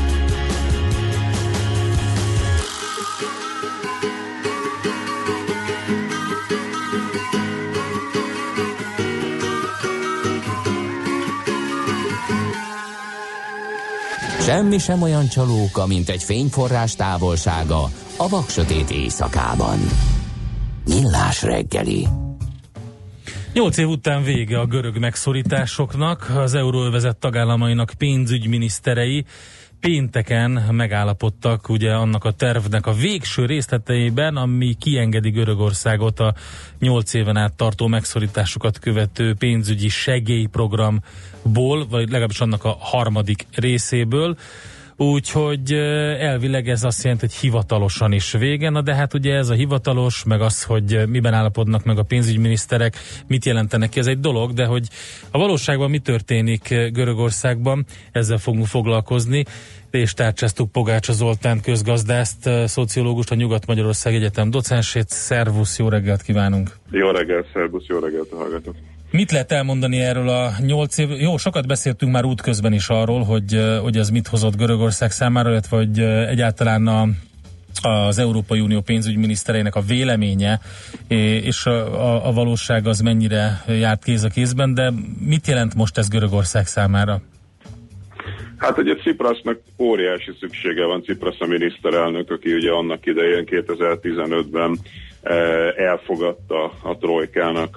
Semmi sem olyan csalóka, mint egy fényforrás távolsága a vaksötét éjszakában. Millás reggeli. 8 év után vége a görög megszorításoknak, az euróövezet tagállamainak pénzügyminiszterei pénteken megállapodtak ugye annak a tervnek a végső részleteiben, ami kiengedi Görögországot a 8 éven át tartó megszorításokat követő pénzügyi segélyprogramból, vagy legalábbis annak a harmadik részéből. Úgyhogy elvileg ez azt jelenti, hogy hivatalosan is vége, na de hát ugye ez a hivatalos, meg az, hogy miben állapodnak meg a pénzügyminiszterek, mit jelentenek ki, ez egy dolog, de hogy a valóságban mi történik Görögországban, ezzel fogunk foglalkozni, és tárcsáztuk Pogácsa Zoltán közgazdászt, szociológust, a Nyugat-Magyarország Egyetem docensét. Szervusz, jó reggelt kívánunk! Jó reggelt, szervusz, jó reggelt a hallgatók! Mit lehet elmondani erről a 8 év? Jó, sokat beszéltünk már útközben is arról, hogy ez mit hozott Görögország számára, illetve hogy egyáltalán az Európai Unió pénzügyminisztereinek a véleménye és a valóság az mennyire járt kéz a kézben, de mit jelent most ez Görögország számára? Hát ugye Ciprasnak óriási szüksége van, Ciprasz a miniszterelnök, aki ugye annak idején 2015-ben elfogadta a trojkának,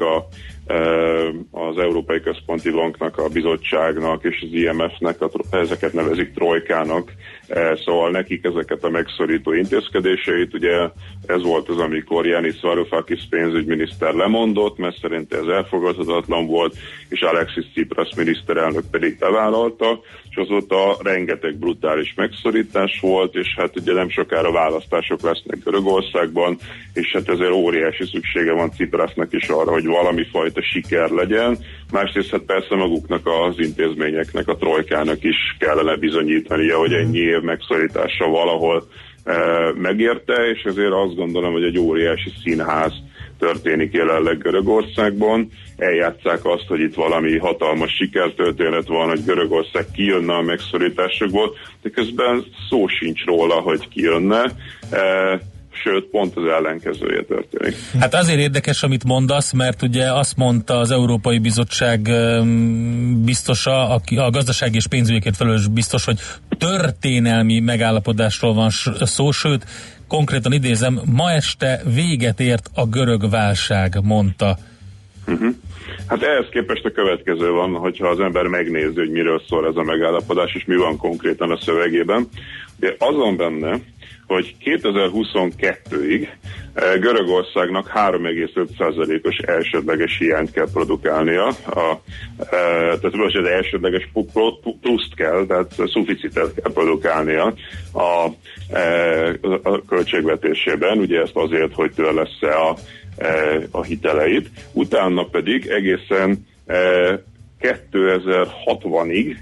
az Európai Központi Banknak, a bizottságnak és az IMF-nek, ezeket nevezik trojkának, szóval nekik ezeket a megszorító intézkedéseit, ugye ez volt az, amikor Yanis Varoufakis pénzügyminiszter lemondott, mert szerint ez elfogadhatatlan volt, és Alexis Tsipras miniszterelnök pedig bevállalta, és azóta rengeteg brutális megszorítás volt, és hát ugye nem sokára választások lesznek Görögországban, és hát ezért óriási szüksége van Ciprasnak is arra, hogy valami fajta siker legyen. Másrészt hát persze maguknak az intézményeknek, a trojkának is kellene bizonyítania, hogy ennyi év megszorítása valahol megérte, és ezért azt gondolom, hogy egy óriási színház történik jelenleg Görögországban. Eljátsszák azt, hogy itt valami hatalmas sikertörténet van, hogy Görögország kijönne a megszorításokból, de közben szó sincs róla, hogy kijönne. Sőt, pont az ellenkezője történik. Hát azért érdekes, amit mondasz, mert ugye azt mondta az Európai Bizottság biztosa, a gazdaság és pénzügyekért felelős biztos, hogy történelmi megállapodásról van szó, sőt, konkrétan idézem, ma este véget ért a görög válság, mondta. Hát ehhez képest a következő van, hogyha az ember megnézi, hogy miről szól ez a megállapodás, és mi van konkrétan a szövegében. De azon benne, hogy 2022-ig Görögországnak 3,5%-os elsődleges hiányt kell produkálnia, tehát most az elsődleges pluszt kell, tehát szuficitet kell produkálnia a költségvetésében, ugye ezt azért, hogy törlessze a hiteleit, utána pedig egészen 2060-ig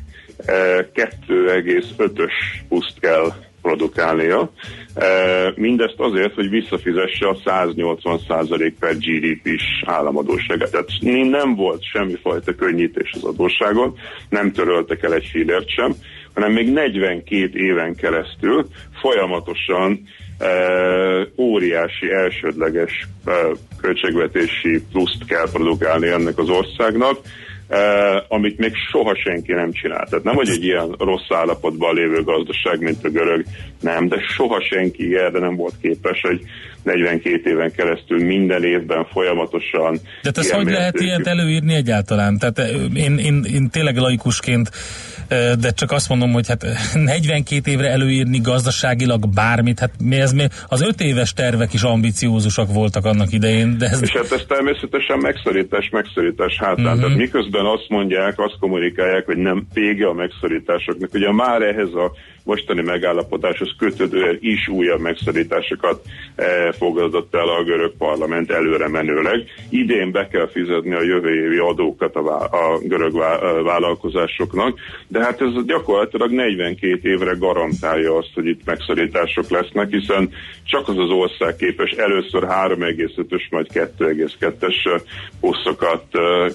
2,5-ös pluszt kell produkálnia. Mindezt azért, hogy visszafizesse a 180% per GDP-s államadósságát. Tehát nem volt semmifajta könnyítés az adósságon, nem töröltek el egy fillért sem, hanem még 42 éven keresztül folyamatosan óriási elsődleges költségvetési pluszt kell produkálni ennek az országnak, amit még soha senki nem csinált. Tehát nem, hogy egy ilyen rossz állapotban lévő gazdaság, mint a görög, nem, de soha senki erre nem volt képes, hogy 42 éven keresztül minden évben folyamatosan... De ez hogy lehet ilyet előírni egyáltalán? Tehát én tényleg laikusként, de csak azt mondom, hogy hát 42 évre előírni gazdaságilag bármit, hát az 5 éves tervek is ambiciózusak voltak annak idején. De és hát ez természetesen megszorítás hátán. Tehát miközben azt mondják, azt kommunikálják, hogy nem vége a megszorításoknak. Ugye már ehhez a mostani megállapodáshoz kötődően is újabb megszorításokat fogadott el a görög parlament előre menőleg. Idén be kell fizetni a jövő évi adókat a görög vállalkozásoknak, de hát ez gyakorlatilag 42 évre garantálja azt, hogy itt megszorítások lesznek, hiszen csak az ország képes először 3,5-ös, majd 2,2-es pluszokat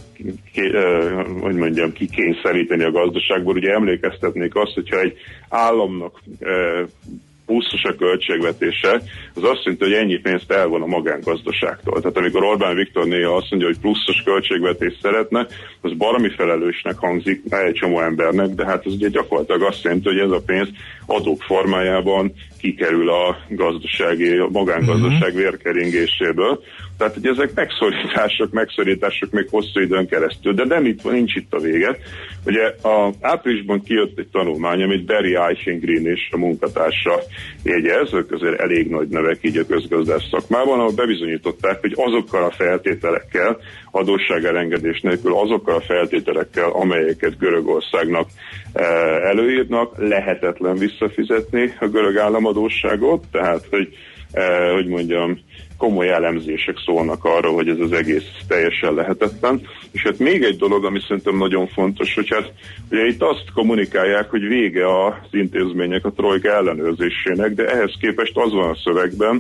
kikényszeríteni a gazdaságból. Ugye emlékeztetnék azt, hogyha egy államnak pluszos a költségvetése, az azt jelenti, hogy ennyi pénzt elvon a magángazdaságtól. Tehát amikor Orbán Viktor néha azt mondja, hogy pluszos költségvetést szeretne, az baromi felelősnek hangzik egy csomó embernek, de hát ez ugye gyakorlatilag azt jelenti, hogy ez a pénz adók formájában kikerül a magángazdaság vérkeringéséből. Tehát, hogy ezek megszorítások még hosszú időn keresztül, de nincs itt a vége. Ugye áprilisban kijött egy tanulmány, amit Barry Eichengreen és a munkatársa jegyez, ők azért elég nagy nevek így a közgazdász szakmában, ahol bebizonyították, hogy azokkal a feltételekkel, adósságelengedés nélkül azokkal a feltételekkel, amelyeket Görögországnak előírnak, lehetetlen visszafizetni a görög államadósságot, tehát, hogy mondjam, komoly elemzések szólnak arról, hogy ez az egész teljesen lehetetlen. És hát még egy dolog, ami szerintem nagyon fontos, hogy hát ugye itt azt kommunikálják, hogy vége az intézmények a trojka ellenőrzésének, de ehhez képest az van a szövegben,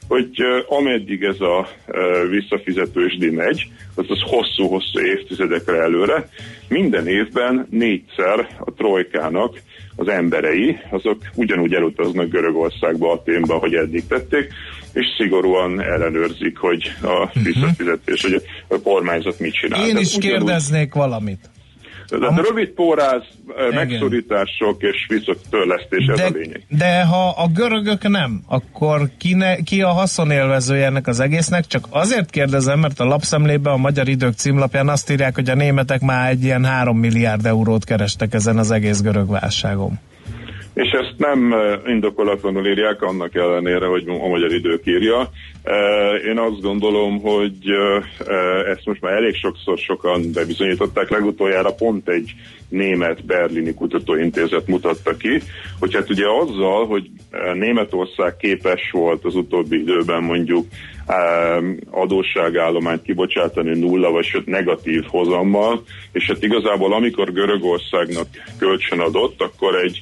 hogy ameddig ez a visszafizetősdi megy, azaz hosszú-hosszú évtizedekre előre, minden évben 4-szer a trojkának az emberei, azok ugyanúgy elutaznak Görögországba, Athénba, hogy eddig tették, és szigorúan ellenőrzik, hogy a visszafizetés, hogy a kormányzat mit csinál. Én is kérdeznék valamit. De rövid póráz, megszorítások és visszatörlesztés, ez a lényeg. De ha a görögök nem, akkor ki a haszonélvezője ennek az egésznek? Csak azért kérdezem, mert a lapszemlében a Magyar Idők címlapján azt írják, hogy a németek már egy ilyen 3 milliárd eurót kerestek ezen az egész görög válságon. És ezt nem indokolatlanul írják, annak ellenére, hogy a Magyar Idők írja. Én azt gondolom, hogy ezt most már elég sokan bebizonyították. Legutoljára pont egy német berlini kutatóintézet mutatta ki, hogy hát ugye azzal, hogy Németország képes volt az utóbbi időben mondjuk adósságállományt kibocsátani nulla vagy sőt negatív hozammal, és hát igazából amikor Görögországnak kölcsön adott, akkor egy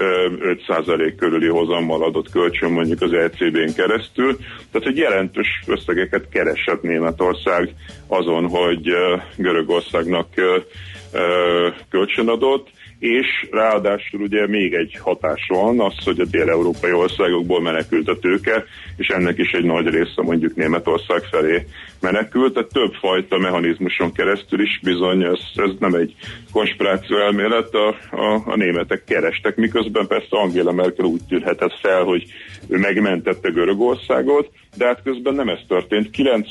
5% körüli hozammal adott kölcsön mondjuk az ECB-n keresztül, tehát egy jelentős összegeket keresett Németország azon, hogy Görögországnak kölcsön adott, és ráadásul ugye még egy hatás van, az, hogy a dél-európai országokból menekült a tőke, és ennek is egy nagy része mondjuk Németország felé menekült, tehát többfajta mechanizmuson keresztül is bizony, ez nem egy konspiráció elmélet, a németek kerestek, miközben persze Angela Merkel úgy tűrhetett fel, hogy ő megmentette Görögországot, de hát közben nem ez történt.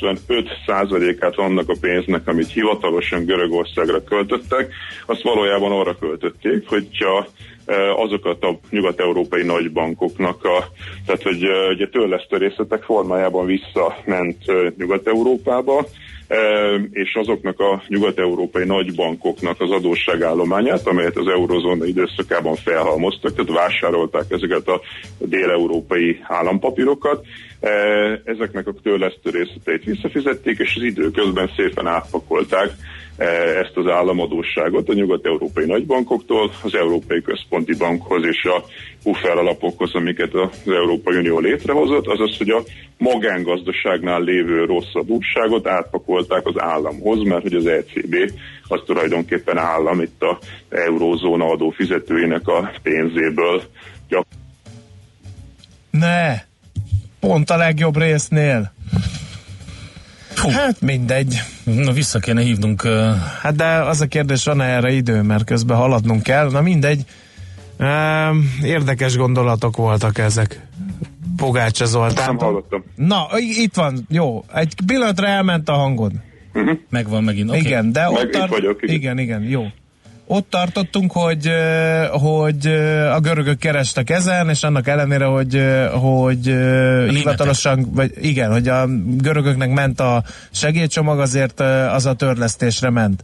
95%-át annak a pénznek, amit hivatalosan Görögországra költöttek, azt valójában arra költötték, hogyha azokat a nyugat-európai nagybankoknak, tehát hogy ugye törlesztő részletek formájában visszament Nyugat-Európába, és azoknak a nyugat-európai nagybankoknak az adósságállományát, amelyet az eurozóna időszakában felhalmoztak, tehát vásárolták ezeket a dél-európai állampapírokat, ezeknek a törlesztő részleteit visszafizették, és az időközben szépen átpakolták ezt az államadósságot a nyugat-európai nagybankoktól az Európai Központi Bankhoz és a puffer alapokhoz, amiket az Európai Unió létrehozott, azaz, hogy a magángazdaságnál lévő rossz adósságot átpakolták az államhoz, mert hogy az ECB az tulajdonképpen állam itt az eurózóna adófizetőinek a pénzéből. Ne! Pont a legjobb résznél. Hát mindegy. Na, vissza kéne hívnunk. Hát de az a kérdés, van erre idő, mert közben haladnunk kell. Na mindegy. Érdekes gondolatok voltak ezek. Pogácsa Zoltán. Nem hallottam. Na, itt van. Jó. Egy pillanatra elment a hangod. Megvan megint. Okay. Igen, de ott vagyok. Igen, jó. Ott tartottunk, hogy a görögök kerestek ezen, és annak ellenére, hogy hivatalosan, vagy igen, hogy a görögöknek ment a segélycsomag, azért az a törlesztésre ment.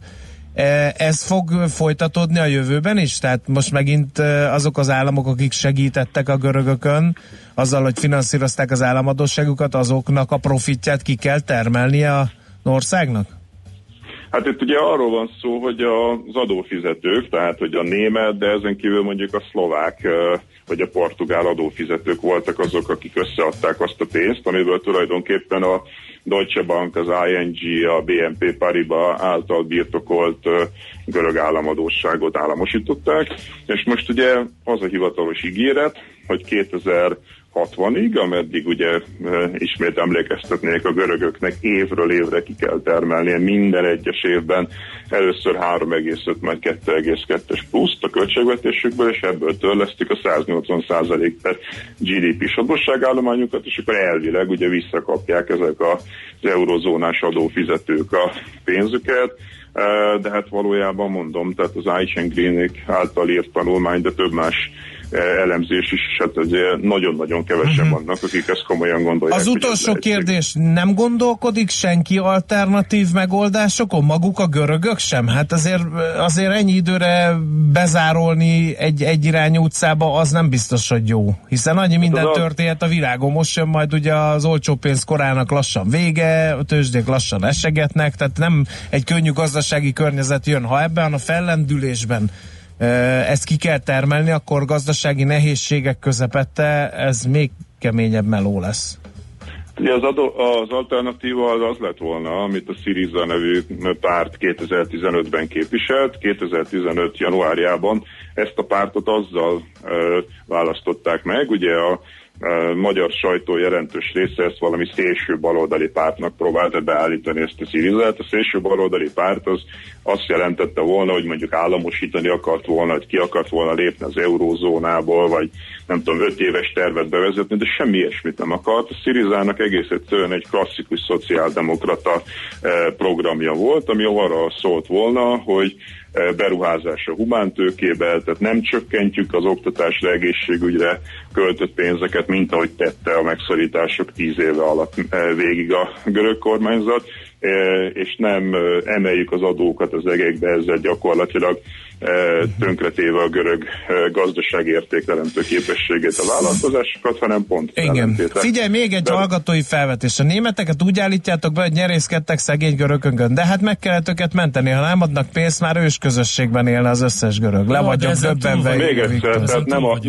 Ez fog folytatódni a jövőben is? Tehát most megint azok az államok, akik segítettek a görögökön, azzal, hogy finanszírozták az államadósságukat, azoknak a profitját ki kell termelnie az országnak? Hát itt ugye arról van szó, hogy az adófizetők, tehát hogy a német, de ezen kívül mondjuk a szlovák vagy a portugál adófizetők voltak azok, akik összeadták azt a pénzt, amiből tulajdonképpen a Deutsche Bank, az ING, a BNP Paribas által birtokolt görög államadósságot államosították, és most ugye az a hivatalos ígéret, hogy 2060-ig, ameddig ugye ismét emlékeztetnék a görögöknek, évről évre ki kell termelnie minden egyes évben először 3,5, majd 2,2-es pluszt a költségvetésükből, és ebből törlesztik a 180% per GDP-s adósságállományukat, és akkor elvileg ugye visszakapják ezek az eurozónás adófizetők a pénzüket, de hát valójában mondom, tehát az Aichen Greenik által írt tanulmány, de több más elemzés is, hát azért nagyon-nagyon kevesen vannak, akik ezt komolyan gondolják. Az utolsó kérdés, nem gondolkodik senki alternatív megoldásokon? Maguk a görögök sem? Hát azért ennyi időre bezárolni egy egyirányú utcába, az nem biztos, hogy jó. Hiszen annyi minden történhet a világon. Most jön majd ugye az olcsó pénz korának lassan vége, a tőzsdék lassan esegetnek, tehát nem egy könnyű gazdasági környezet jön. Ha ebben a fellendülésben ezt ki kell termelni, akkor gazdasági nehézségek közepette ez még keményebb meló lesz. Ugye az alternatíva az lett volna, amit a Syriza nevű párt 2015-ben képviselt. 2015. januárjában ezt a pártot azzal választották meg, ugye a magyar sajtó jelentős része ezt valami szélső baloldali pártnak próbálta beállítani ezt a Syrizát. A szélső baloldali párt az azt jelentette volna, hogy mondjuk államosítani akart volna, hogy ki akart volna lépni az eurózónából, vagy nem tudom, 5 éves tervet bevezetni, de semmi ilyesmit nem akart. A Syrizának egész egyszerűen egy klasszikus szociáldemokrata programja volt, ami arra szólt volna, hogy beruházás a humántőkébe, tehát nem csökkentjük az oktatásra, egészségügyre költött pénzeket, mint ahogy tette a megszorítások 10 éve alatt végig a görög kormányzat, és nem emeljük az adókat az egekbe, ezzel gyakorlatilag tönkretéve a görög gazdaság értékteremtő képességét a vállalkozásokat, hanem pont ellentéte. Figyelj, még egy hallgatói felvetés. A németeket úgy állítjátok be, hogy nyerészkedtek szegény görögökön, de hát meg kellett őket menteni, ha nem adnak pénzt, már ősközösségben élne az összes görög. Le vagyok döbbenve. Még egyszer, tehát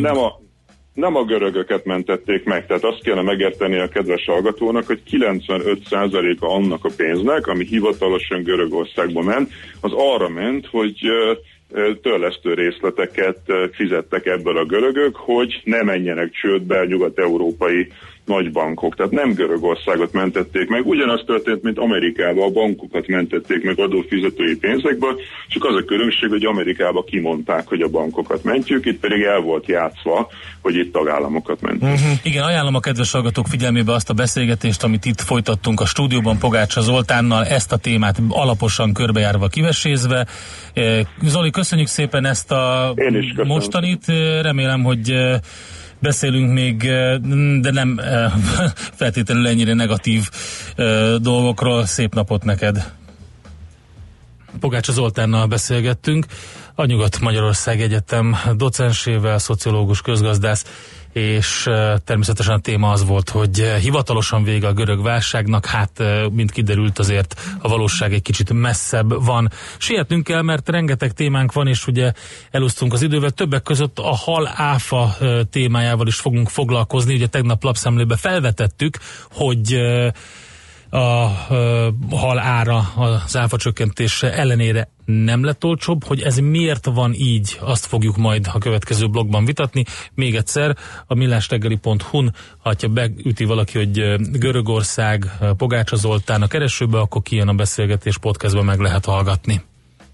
nem a görögöket mentették meg, tehát azt kellene megérteni a kedves hallgatónak, hogy 95%-a annak a pénznek, ami hivatalosan Görögországba ment, az arra ment, hogy törlesztő részleteket fizettek ebből a görögök, hogy ne menjenek csődbe a nyugat-európai nagybankok. Tehát nem Görögországot mentették meg. Ugyanaz történt, mint Amerikában, a bankokat mentették meg adófizetői pénzekből, csak az a különbség, hogy Amerikában kimondták, hogy a bankokat mentjük, itt pedig el volt játszva, hogy itt tagállamokat mentünk. Igen, ajánlom a kedves hallgatók figyelmébe azt a beszélgetést, amit itt folytattunk a stúdióban Pogácsa Zoltánnal, ezt a témát alaposan körbejárva, kivesézve. Zoli, köszönjük szépen ezt a mostanit, remélem, hogy beszélünk még, de nem feltétlenül ennyire negatív dolgokról. Szép napot neked! Pogácsa Zoltánnal beszélgettünk, a Nyugat-Magyarország Egyetem docensével, szociológus, közgazdász, és természetesen a téma az volt, hogy hivatalosan vége a görög válságnak, hát mint kiderült, azért a valóság egy kicsit messzebb van. Sietnünk kell, mert rengeteg témánk van, és ugye elúsztunk az idővel, többek között a hal áfa témájával is fogunk foglalkozni. Ugye tegnap lapszemlébe felvetettük, hogy a hal ára az áfa csökkentése ellenére nem lett olcsóbb, hogy ez miért van így, azt fogjuk majd a következő blogban vitatni. Még egyszer a millásreggeli.hu-n, ha beüti valaki, hogy Görögország, Pogácsa Zoltán a keresőbe, akkor kijön a beszélgetés, podcastban meg lehet hallgatni.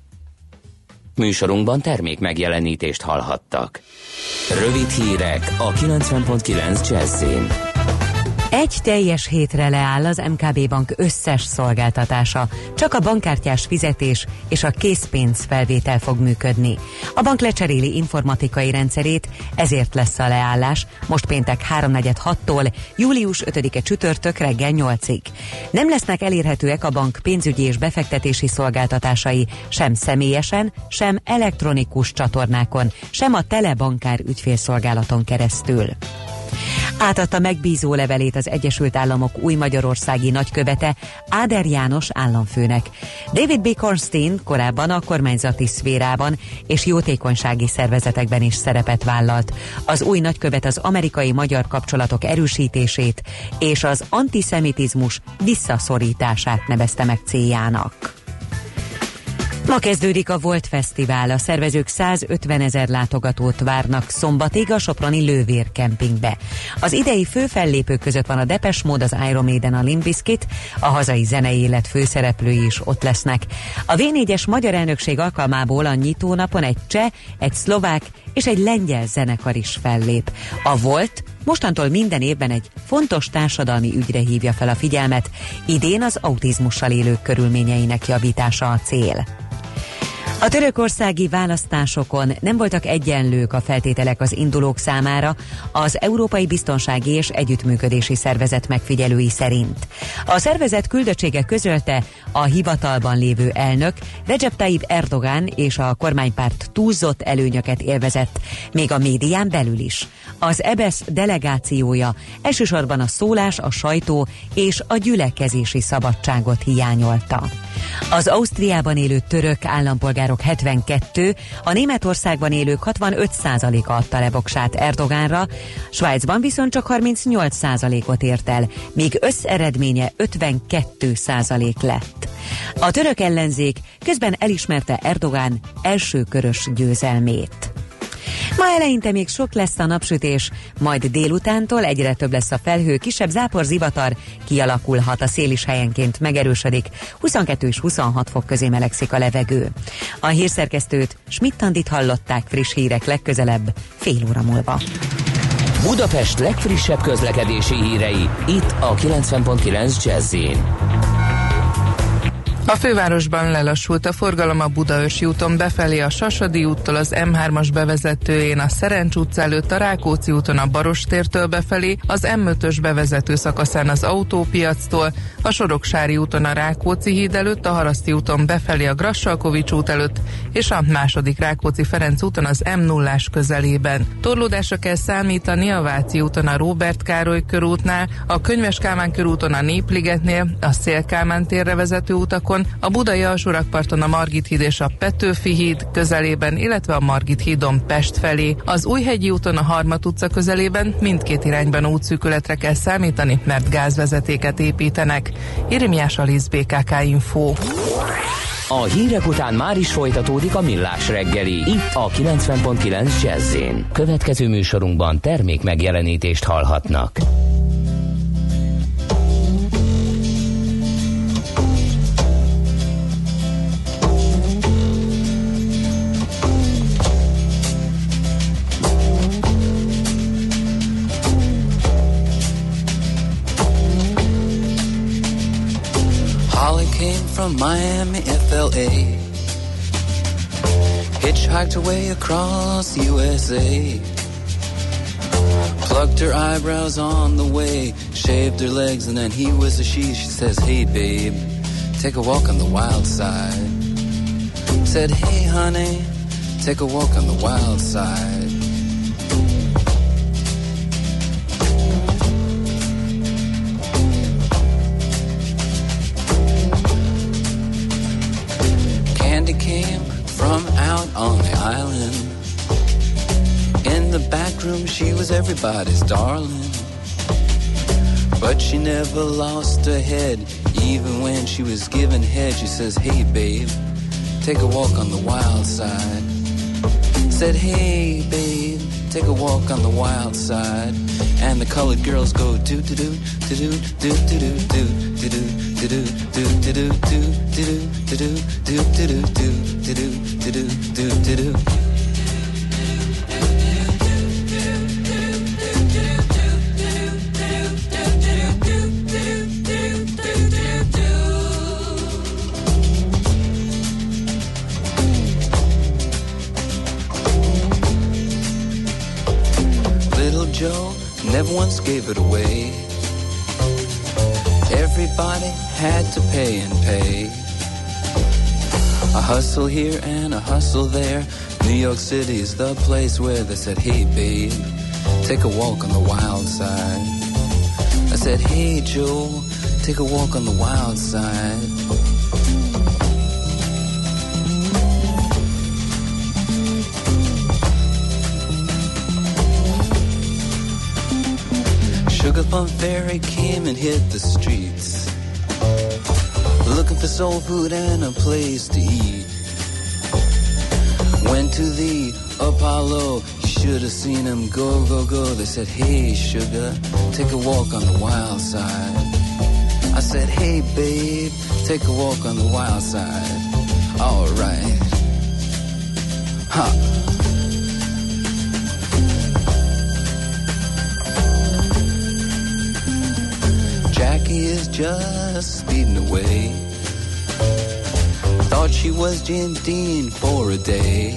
Műsorunkban termék megjelenítést hallhattak. Rövid hírek a 90.9 Jazz-in. Egy teljes hétre leáll az MKB Bank összes szolgáltatása. Csak a bankkártyás fizetés és a készpénzfelvétel fog működni. A bank lecseréli informatikai rendszerét, ezért lesz a leállás most péntek 3:46-tól július 5-e csütörtök reggel 8-ig. Nem lesznek elérhetőek a bank pénzügyi és befektetési szolgáltatásai sem személyesen, sem elektronikus csatornákon, sem a telebankár ügyfélszolgálaton keresztül. Átadta megbízó levelét az Egyesült Államok új magyarországi nagykövete, Áder János államfőnek. David B. Cornstein korábban a kormányzati szférában és jótékonysági szervezetekben is szerepet vállalt. Az új nagykövet az amerikai-magyar kapcsolatok erősítését és az antiszemitizmus visszaszorítását nevezte meg céljának. Ma kezdődik a Volt Fesztivál, a szervezők 150 000 látogatót várnak szombatig a soproni Lővér kempingbe. Az idei fő fellépők között van a Depeche Mode, az Iron Maiden, a Limp Bizkit, a hazai zenei élet főszereplői is ott lesznek. A V4-es magyar elnökség alkalmából a nyitónapon egy cseh, egy szlovák és egy lengyel zenekar is fellép. A Volt mostantól minden évben egy fontos társadalmi ügyre hívja fel a figyelmet, idén az autizmussal élők körülményeinek javítása a cél. A törökországi választásokon nem voltak egyenlők a feltételek az indulók számára, az Európai Biztonsági és Együttműködési Szervezet megfigyelői szerint. A szervezet küldöttsége közölte, a hivatalban lévő elnök Recep Tayyip Erdogan és a kormánypárt túlzott előnyöket élvezett, még a médián belül is. Az EBESZ delegációja elsősorban a szólás, a sajtó és a gyülekezési szabadságot hiányolta. Az Ausztriában élő török állampolgár polgárok 72, a Németországban élők 65%-a adta le voksát Erdogánra, Svájcban viszont csak 38%-ot ért el, míg összeredménye 52% lett. A török ellenzék közben elismerte Erdogán elsőkörös győzelmét. Ma eleinte még sok lesz a napsütés, majd délutántól egyre több lesz a felhő, kisebb záporzivatar kialakulhat, a szél is helyenként megerősödik, 22 és 26 fok közé melegszik a levegő. A hírszerkesztőt, Schmidt-Tandit hallották, friss hírek legközelebb, fél óra múlva. Budapest legfrissebb közlekedési hírei, itt a 90.9 Jazz-in. A fővárosban lelassult a forgalom a Budaörsi úton befelé a Sasadi úttól, az M3-as bevezetőjén, a Szerencs utca előtt, a Rákóczi úton a Barostértől befelé, az M5-ös bevezető szakaszán az Autópiactól, a Soroksári úton a Rákóczi híd előtt, a Haraszti úton befelé a Grassalkovics út előtt, és a második Rákóczi-Ferenc úton az M0-ás közelében. Torlódásra kell számítani a Váci úton a Róbert Károly körútnál, a Könyves Kálmán körúton a Népligetnél, a Széll Kálmán térre vezető utakon, a Budai alsórakparton a Margit híd és a Petőfi híd közelében, illetve a Margit hídon Pest felé. Az Újhegyi úton a Harmat utca közelében mindkét irányban útszűkületre kell számítani, mert gázvezetéket építenek. Irimiás Alisz, BKK Info. A hírek után már is folytatódik a Millás reggeli, itt a 90.9 Jazz-in. Következő műsorunkban termék megjelenítést hallhatnak. From Miami, FLA, hitchhiked away across USA, plucked her eyebrows on the way, shaved her legs, and then he was a she says, hey babe, take a walk on the wild side. Said, hey honey, take a walk on the wild side. Came from out on the island. In the back room she was everybody's darling, but she never lost her head. Even when she was given head, she says, hey babe, take a walk on the wild side. Said, hey babe, take a walk on the wild side. And the colored girls go do do do do do do do do do do do do do do do do do do. Little Joe never once gave it away. Everybody had to pay and pay. A hustle here and a hustle there. New York City is the place where they said, hey babe, take a walk on the wild side. I said, hey Joe, take a walk on the wild side. Sugar Plum Fairy came and hit the streets, looking for soul food and a place to eat. Went to the Apollo, you should have seen him go, go, go. They said, hey sugar, take a walk on the wild side. I said, hey babe, take a walk on the wild side. Alright. Ha. Jackie is just speeding away. Thought she was Jim Dean for a day.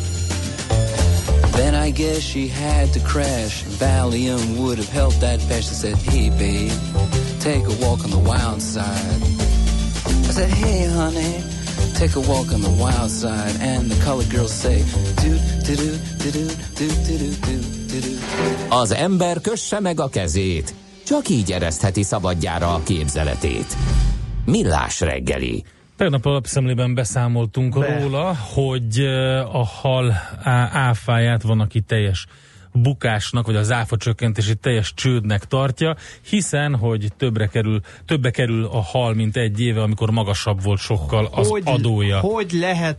Then I guess she had to crash. Valium would have helped that patch. I said, hey babe, take a walk on the wild side. I said, hey honey, take a walk on the wild side. And the colored girls say, do do do do do do do do do do. Az ember kösse meg a kezét, csak így eresztheti szabadjára a képzeletét. Millás reggeli. Tegnap alapszemlében beszámoltunk róla, hogy a hal áfáját van, aki teljes bukásnak, vagy az áfa csökkentési teljes csődnek tartja, hiszen, hogy többe kerül a hal, mint egy éve, amikor magasabb volt sokkal az adója. Hogy lehet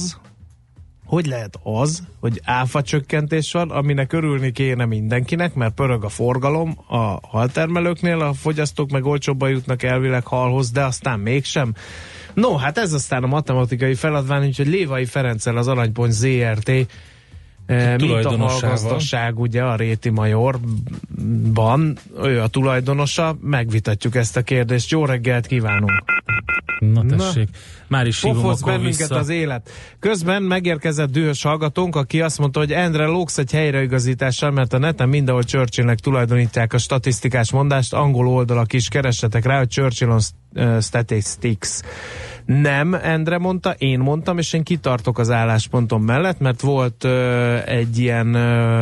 az, hogy áfa csökkentés van, aminek örülni kéne mindenkinek, mert pörög a forgalom a haltermelőknél, a fogyasztók meg olcsóbban jutnak elvileg halhoz, de aztán mégsem. No, hát ez aztán a matematikai feladvány, úgyhogy Lévai Ferenccel, az Aranypont ZRT mint a hallgazdaság, ugye a Réti Majorban, ő a tulajdonosa, megvitatjuk ezt a kérdést. Jó reggelt kívánunk! Na tessék, már is hívom akkor bennünket vissza. Az élet. Közben megérkezett dühös hallgatónk, aki azt mondta, hogy Endre, lógsz egy helyreigazítással, mert a neten mindenhol Churchillnek tulajdonítják a statisztikás mondást, angol oldalak is, keressetek rá, hogy Churchill on Statistics. Nem, Endre mondta, én mondtam, és én kitartok az álláspontom mellett, mert volt egy ilyen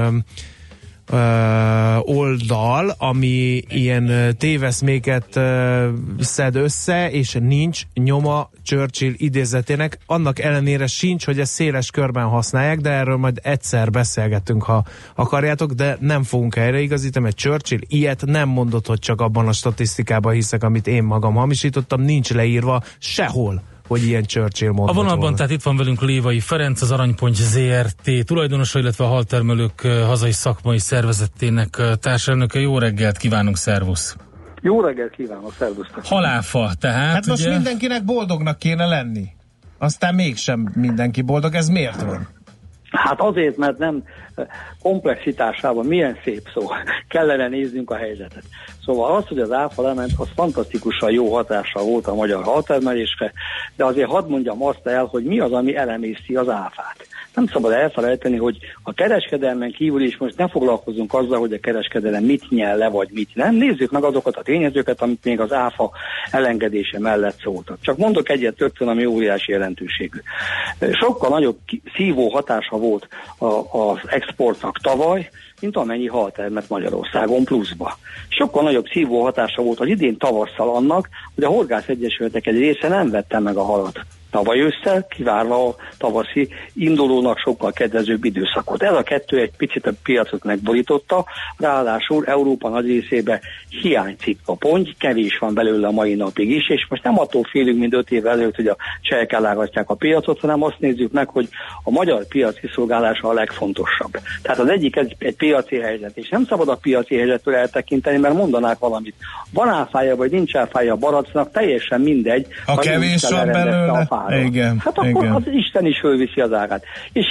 oldal, ami ilyen téveszméket szed össze, és nincs nyoma Churchill idézetének, annak ellenére sincs, hogy ezt széles körben használják, de erről majd egyszer beszélgetünk, ha akarjátok, de nem fogunk helyreigazítani, mert Churchill ilyet nem mondott, hogy csak abban a statisztikában hiszek, amit én magam hamisítottam, nincs leírva sehol, hogy ilyen Churchill mondott a vonalban volna. Tehát itt van velünk Lévai Ferenc, az Aranypont ZRT tulajdonosa, illetve a haltermelők hazai szakmai szervezetének társelnöke. Jó reggelt kívánunk, szervusz! Jó reggelt kívánok, szervusztok! Haláfa, tehát hát most ugye... mindenkinek boldognak kéne lenni. Aztán mégsem mindenki boldog, ez miért van? Hát azért, mert nem komplexitásában, milyen szép szó, kellene néznünk a helyzetet. Szóval az, hogy az áfa lement, az fantasztikusan jó hatással volt a magyar haltermelésre, de azért hadd mondjam azt el, hogy mi az, ami elemészti az áfát. Nem szabad elfelejteni, hogy a kereskedelmen kívül is most ne foglalkozzunk azzal, hogy a kereskedelem mit nyel le, vagy mit nem. Nézzük meg azokat a tényezőket, amit még az áfa elengedése mellett szóltak. Csak mondok egyet rögtön, ami óriási jelentőségű. Sokkal nagyobb szívó hatása volt az exportnak tavaly, mint amennyi hal termett Magyarországon pluszba. Sokkal nagyobb szívó hatása volt az idén tavasszal annak, hogy a horgászegyesületek egy része nem vette meg a halat tavaly ősszel, kivárva a tavaszi indulónak sokkal kedvezőbb időszakot. Ez a kettő egy picit a piacot megborította, ráadásul Európa nagy részébe hiányzik a ponty, kevés van belőle a mai napig is, és most nem attól félünk, mint 5 évvel előtt, hogy a csehek elágasztják a piacot, hanem azt nézzük meg, hogy a magyar piac kiszolgálása a legfontosabb. Tehát az egyik egy piaci helyzet, és nem szabad a piaci helyzettől eltekinteni, mert mondanák valamit. Van áfája, vagy nincs áfája a baracnak, teljesen mindegy. Ha kevés van belőle. Igen, hát akkor az Isten is fölviszi az ágát. És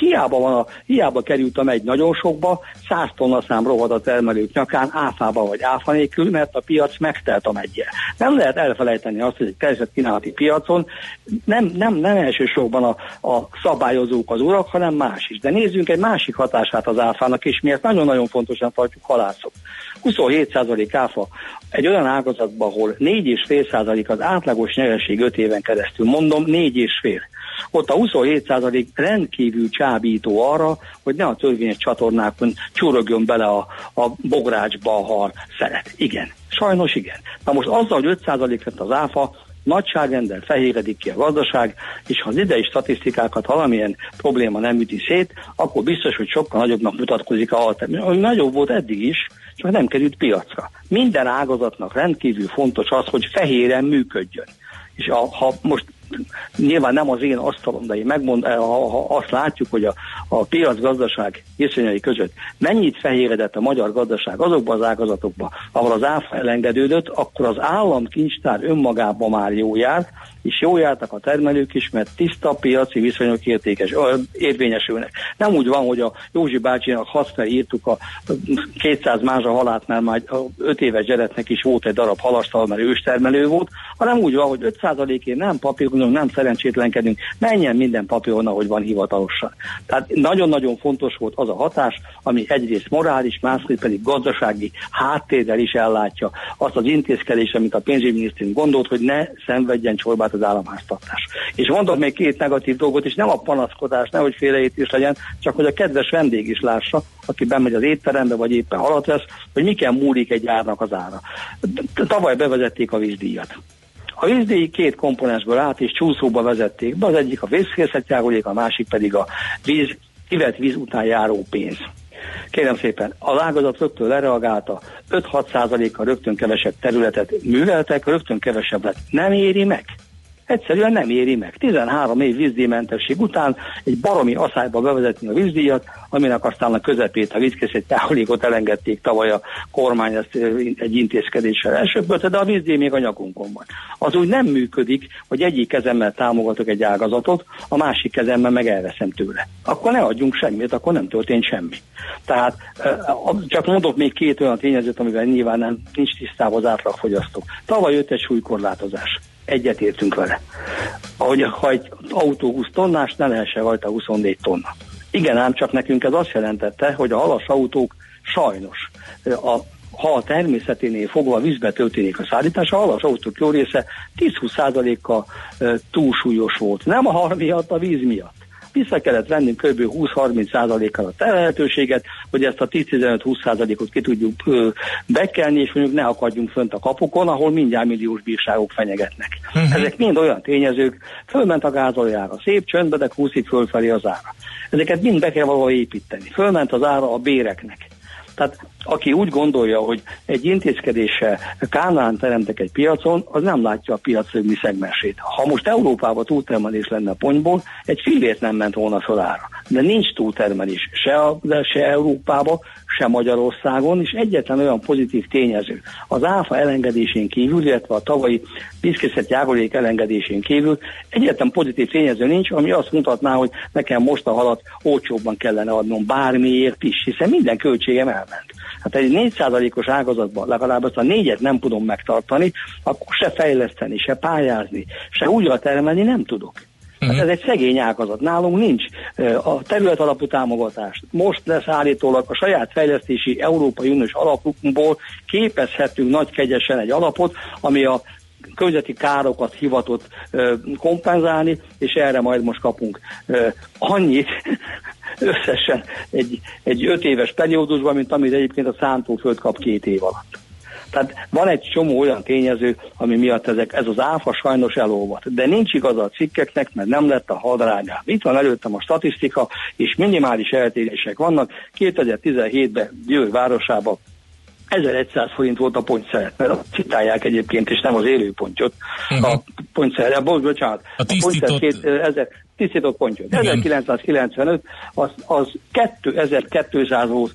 hiába került a megy nagyon sokba, 100 tonna szám rohad a termelők nyakán áfába vagy áfa nélkül, mert a piac megtelt a meggyel. Nem lehet elfelejteni azt, hogy egy kereslet-kínálati piacon nem elsősorban a szabályozók az urak, hanem más is. De nézzünk egy másik hatását az áfának, és miért nagyon-nagyon fontosan tartjuk halászok. 27% áfa egy olyan ágazatban, ahol 4,5% az átlagos nyereség 5 éven keresztül. Mondom, 4,5. Ott a 27% rendkívül csábító arra, hogy ne a törvényes csatornákon csurogjon bele a bográcsba a hal szeret. Igen, sajnos igen. Na most azzal, hogy 5% lett az áfa, nagyságrendel fehéredik ki a gazdaság, és ha az idei statisztikákat valamilyen probléma nem üti szét, akkor biztos, hogy sokkal nagyobbnak mutatkozik a haltermelés. Ami nagyobb volt eddig is, csak nem került piacra. Minden ágazatnak rendkívül fontos az, hogy fehéren működjön. És ha most nyilván nem az én asztalom, de ha azt látjuk, hogy a piacgazdaság viszonyai között mennyit fehéredett a magyar gazdaság azokban az ágazatokban, ahol az áfa elengedődött, akkor az államkincstár önmagában már jó járt, és jó jártak a termelők is, mert tiszta piaci viszonyok érvényesülnek. Nem úgy van, hogy a Józsi bácsinak 6-szer írtuk a 200 mázsa halát, mert már 5 éves gyereknek is volt egy darab halasztal, mert őstermelő volt, hanem úgy van, hogy 5%-ért nem papírozunk, nem szerencsétlenkedünk, menjen minden papíron, ahogy van hivatalosan. Tehát nagyon-nagyon fontos volt az a hatás, ami egyrészt morális, másrészt pedig gazdasági háttérrel is ellátja azt az intézkedést, amit a pénzügyminisztérium gondolt, hogy ne szenvedjen csorbát az államháztartás. És mondok még 2 negatív dolgot, és nem a panaszkodás, nehogy félreértés legyen, csak hogy a kedves vendég is lássa, aki bemegy az étterembe, vagy éppen halat vesz, hogy miken múlik egy árnak az ára. Tavaly bevezették a vízdíjat. A vízdíj két komponensből állt, és csúszóba vezették be, az egyik a vészhelyzetjárulék, a másik pedig a kivett víz után járó pénz. Kérem szépen, az ágazat rögtön lereagálta, 5-6%-kal rögtön kevesebb területet műveltek, rögtön kevesebb lett. Nem éri meg. Egyszerűen nem éri meg. 13 év vízdíjmentesség után egy baromi aszályba bevezetni a vízdíjat, aminek aztán a közepét, a vízkészletjárulékot elengedték tavaly a kormány, ezt egy intézkedéssel elsöpölte, de a vízdíj még a nyakunkon van. Az úgy nem működik, hogy egyik kezemmel támogatok egy ágazatot, a másik kezemmel meg elveszem tőle. Akkor ne adjunk semmit, akkor nem történt semmi. Tehát csak mondok még két olyan tényezőt, amivel nyilván nincs tisztában az átlagfogyasztó. Tavaly jött egy súlykorlátozás. Egyetértünk vele. Ha egy autó 20 tonnás, ne lehessen rajta 24 tonna. Igen, ám csak nekünk ez azt jelentette, hogy a halas autók sajnos, ha a természeténél fogva vízbe történik a szállítás, a halas autók jó része 10-20%-kal túlsúlyos volt. Nem a har miatt, a víz miatt. Vissza kellett vennünk kb. 20-30%-kal a terhelhetőséget, hogy ezt a 10-15-20%-ot ki tudjuk bekelni, és mondjuk ne akadjunk fönt a kapukon, ahol mindjárt milliós bírságok fenyegetnek. Ezek mind olyan tényezők, fölment a gázoljára, szép csöndbe, de kúszik fölfelé az ára. Ezeket mind be kell valahol építeni. Fölment az ára a béreknek. Tehát aki úgy gondolja, hogy egy intézkedéssel Kánán teremtek egy piacon, az nem látja a piac többi szegmensét. Ha most Európában túltermelés lenne a ponyból, egy fillért nem ment volna föl ára. De nincs túltermelés se Európában, se Magyarországon, és egyetlen olyan pozitív tényező. Az áfa elengedésén kívül, illetve a tavalyi vízkészletjárulék elengedésén kívül egyetlen pozitív tényező nincs, ami azt mutatná, hogy nekem most a halat olcsóbban kellene adnom bármiért is, hiszen minden költségem elment. Hát egy 4%-os ágazatban legalább ezt a 4-et nem tudom megtartani, akkor se fejleszteni, se pályázni, se újra termelni nem tudok. Hát ez egy szegény ágazat. Nálunk nincs a terület alapú támogatás. Most lesz állítólag a saját fejlesztési Európai Uniós alapunkból képezhetünk nagy kegyesen egy alapot, ami a környezeti károkat hivatott kompenzálni, és erre majd most kapunk annyit összesen egy 5 éves periódusban, mint amit egyébként a szántóföld kap 2 év alatt. Tehát van egy csomó olyan tényező, ami miatt ez az áfa sajnos elolvadt. De nincs igaza a cikkeknek, mert nem lett a hadrágán. Itt van előttem a statisztika, és minimális eltérések vannak. 2017-ben Győr városában 1100 forint volt a pontyszeret, mert citálják egyébként, és nem az élőpontyot. A pontyszeret, bocsánat. A tisztított pontyot. 1995, az 2200 volt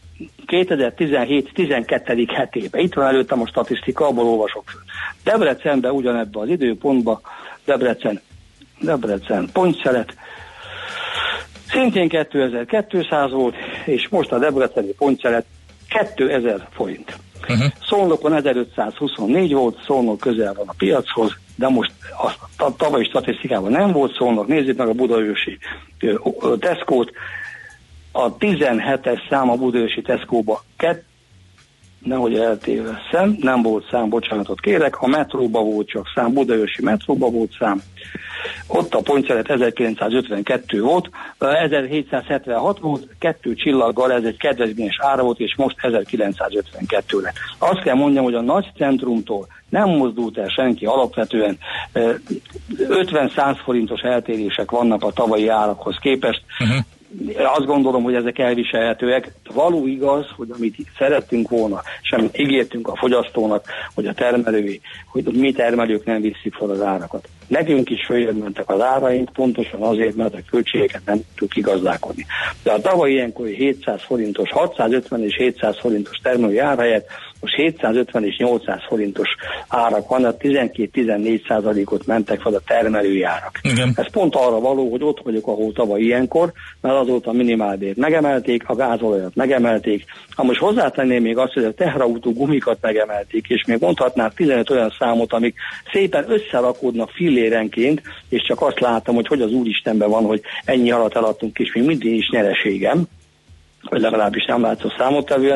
2017-12. hetében. Itt van előttem a statisztika, abból olvasok föl. Debrecenben ugyanebben az időpontban, Debrecen pontyszeret szintén 2200 volt, és most a debreceni pontyszeret 2000 forint. Szolnokon 1524 volt, Szolnok közel van a piachoz, de most a tavalyi statisztikában nem volt Szolnok. Nézzük meg a budaörsi Tesco-t. A 17-es szám a budaörsi Tesco-ba, nehogy eltévesszem, nem volt szám, bocsánatot kérek, a metróba volt csak szám, budaörsi metróba volt szám. Ott a pontyszeret 1952 volt, 1776 volt, 2 csillaggal, ez egy kedvezményes ára volt, és most 1952 lett. Azt kell mondjam, hogy a nagy centrumtól nem mozdult el senki, alapvetően 50-100 forintos eltérések vannak a tavalyi árakhoz képest. Azt gondolom, hogy ezek elviselhetőek. Való igaz, hogy amit szerettünk volna, és amit ígértünk a fogyasztónak, hogy a termelői, hogy mi termelők nem visszük fel az árakat. Nekünk is följebb mentek az áraink, pontosan azért, mert a költségeket nem tudjuk kigazdálkodni. De a tavaly ilyenkor 700 forintos, 650 és 700 forintos termelői ár helyett most 750 és 800 forintos árak van, a 12-14%-ot mentek fel a termelői árak. Igen. Ez pont arra való, hogy ott vagyok, ahol tavaly ilyenkor, mert azóta a minimálbért megemelték, a gázolajat megemelték. Ha most hozzátenném még azt, hogy a teherautó gumikat megemelték, és még mondhatnák 15 olyan számot, amik szépen összerakódnak fillérenként, és csak azt látom, hogy az Úristenben van, hogy ennyi halat eladtunk, és még mindig is nyereségem, vagy legalábbis nem látszó számottevően,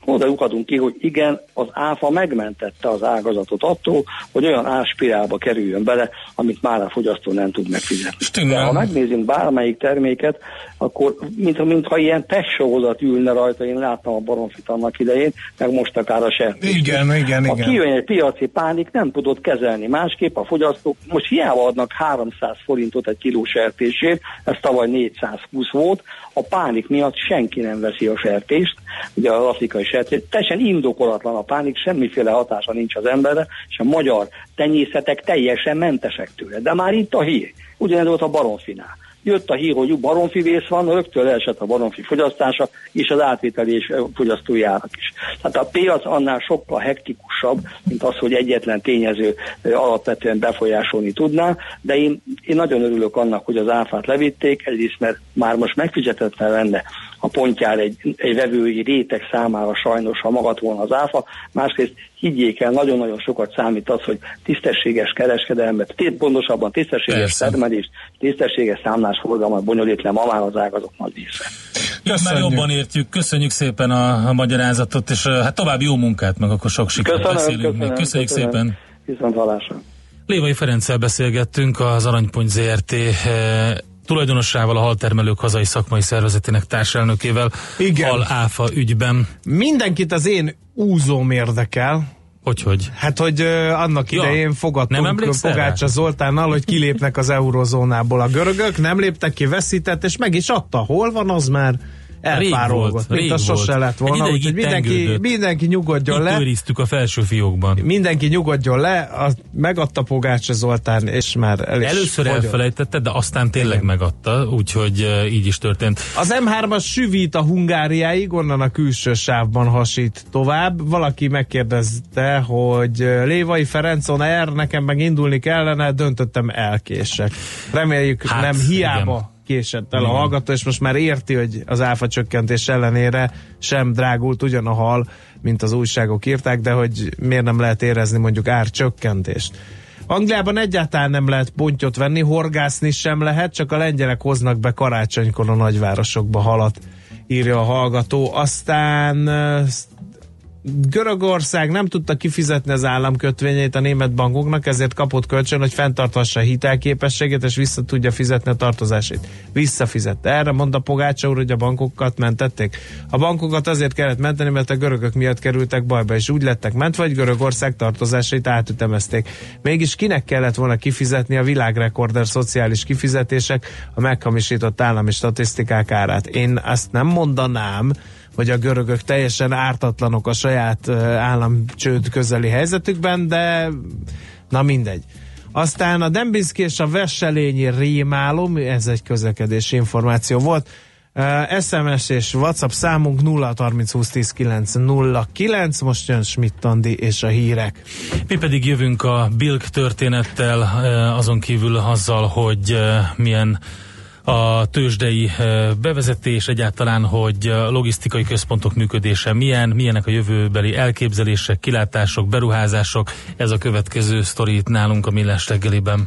oda lyukadunk ki, hogy igen, az áfa megmentette az ágazatot attól, hogy olyan árspirálba kerüljön bele, amit már a fogyasztó nem tud megfizetni. De ha megnézünk bármelyik terméket, akkor mintha ilyen testsorozat ülne rajta, én láttam a baromfit annak idején, meg most akár a sertés. Igen. Ha kijön egy piaci pánik, nem tudod kezelni. Másképp a fogyasztók most hiába adnak 300 forintot egy kiló sertésért, ez tavaly 420 volt, a pánik miatt senki nem veszi a sertést, ugye az afrikai sertés, teljesen indokolatlan a pánik, semmiféle hatása nincs az emberre, és a magyar tenyészetek teljesen mentesek tőle. De már itt a hír, ugyanez volt a baromfinál. Jött a hír, hogy baromfivész van, rögtön leesett a baromfi fogyasztása, és az átvételi és fogyasztói árak is. Tehát a piac annál sokkal hektikusabb, mint az, hogy egyetlen tényező alapvetően befolyásolni tudná, de én nagyon örülök annak, hogy az áfát levitték, egyrészt mert már most megfizetetlen lenne a pontjára egy vevői réteg számára sajnos, ha magadt volna az áfa, másrészt higgyék el, nagyon-nagyon sokat számít az, hogy tisztességes kereskedelmet, pontosabban tisztességes termelést, tisztességes számlásforgalmat bonyolít le ma már az ágazat nagy része. Már jobban értjük, köszönjük szépen a magyarázatot, és hát további jó munkát, meg akkor sok sikert beszélünk. Köszönjük szépen. Viszont hallásra. Lévai Ferenccel beszélgettünk, az Aranypont ZRT tulajdonossával, a haltermelők hazai szakmai szervezetének társelnökével. Igen. Hal áfa ügyben. Mindenkit az én úzóm érdekel. Hogy? Hát, hogy annak idején fogadtunk Pogácsa Zoltánnal, hogy kilépnek az eurozónából a görögök, nem léptek ki, veszített, és meg is adta. Hol van, az már elpárolgott, mint a sose lett volna. Úgyhogy mindenki nyugodjon le. Itt őriztük a felső fiókban. Mindenki nyugodjon le, megadta Pogácsa Zoltán, és már el is először fogyott. Elfelejtette, de aztán tényleg megadta, úgyhogy így is történt. Az M3-as süvít a Hungáriáig, onnan a külső sávban hasít tovább. Valaki megkérdezte, hogy Lévai Ferenc on air, nekem meg indulni kellene, döntöttem, elkések. Reméljük nem hiába. Igen. Késett el a hallgató, és most már érti, hogy az áfa csökkentés ellenére sem drágult ugyan a hal, mint az újságok írták, de hogy miért nem lehet érezni mondjuk árcsökkentést. Angliában egyáltalán nem lehet pontyot venni, horgászni sem lehet, csak a lengyelek hoznak be karácsonykor a nagyvárosokba halat, írja a hallgató. Aztán Görögország nem tudta kifizetni az államkötvényeit a német bankoknak, ezért kapott kölcsön, hogy fenntarthassa a hitelképességét, és vissza tudja fizetni a tartozásait. Visszafizette. Erre mondta Pogácsa úr, hogy a bankokat mentették. A bankokat azért kellett menteni, mert a görögök miatt kerültek bajba, és úgy lettek mentve, hogy Görögország tartozásait átütemezték. Mégis kinek kellett volna kifizetni a világrekorder szociális kifizetések, a meghamisított állami statisztikák árát? Én azt nem mondanám, hogy a görögök teljesen ártatlanok a saját államcsőd közeli helyzetükben, de na mindegy. Aztán a Dembinski és a Vesselényi rémálom, ez egy közlekedési információ volt. SMS és WhatsApp számunk 0-30-20-10-9-09, most jön Schmidt-Andi és a hírek. Mi pedig jövünk a Bilk történettel, azon kívül azzal, hogy milyen a tőzsdei bevezetés, egyáltalán, hogy a logisztikai központok működése milyenek a jövőbeli elképzelések, kilátások, beruházások. Ez a következő sztori itt nálunk a Millás reggeliben.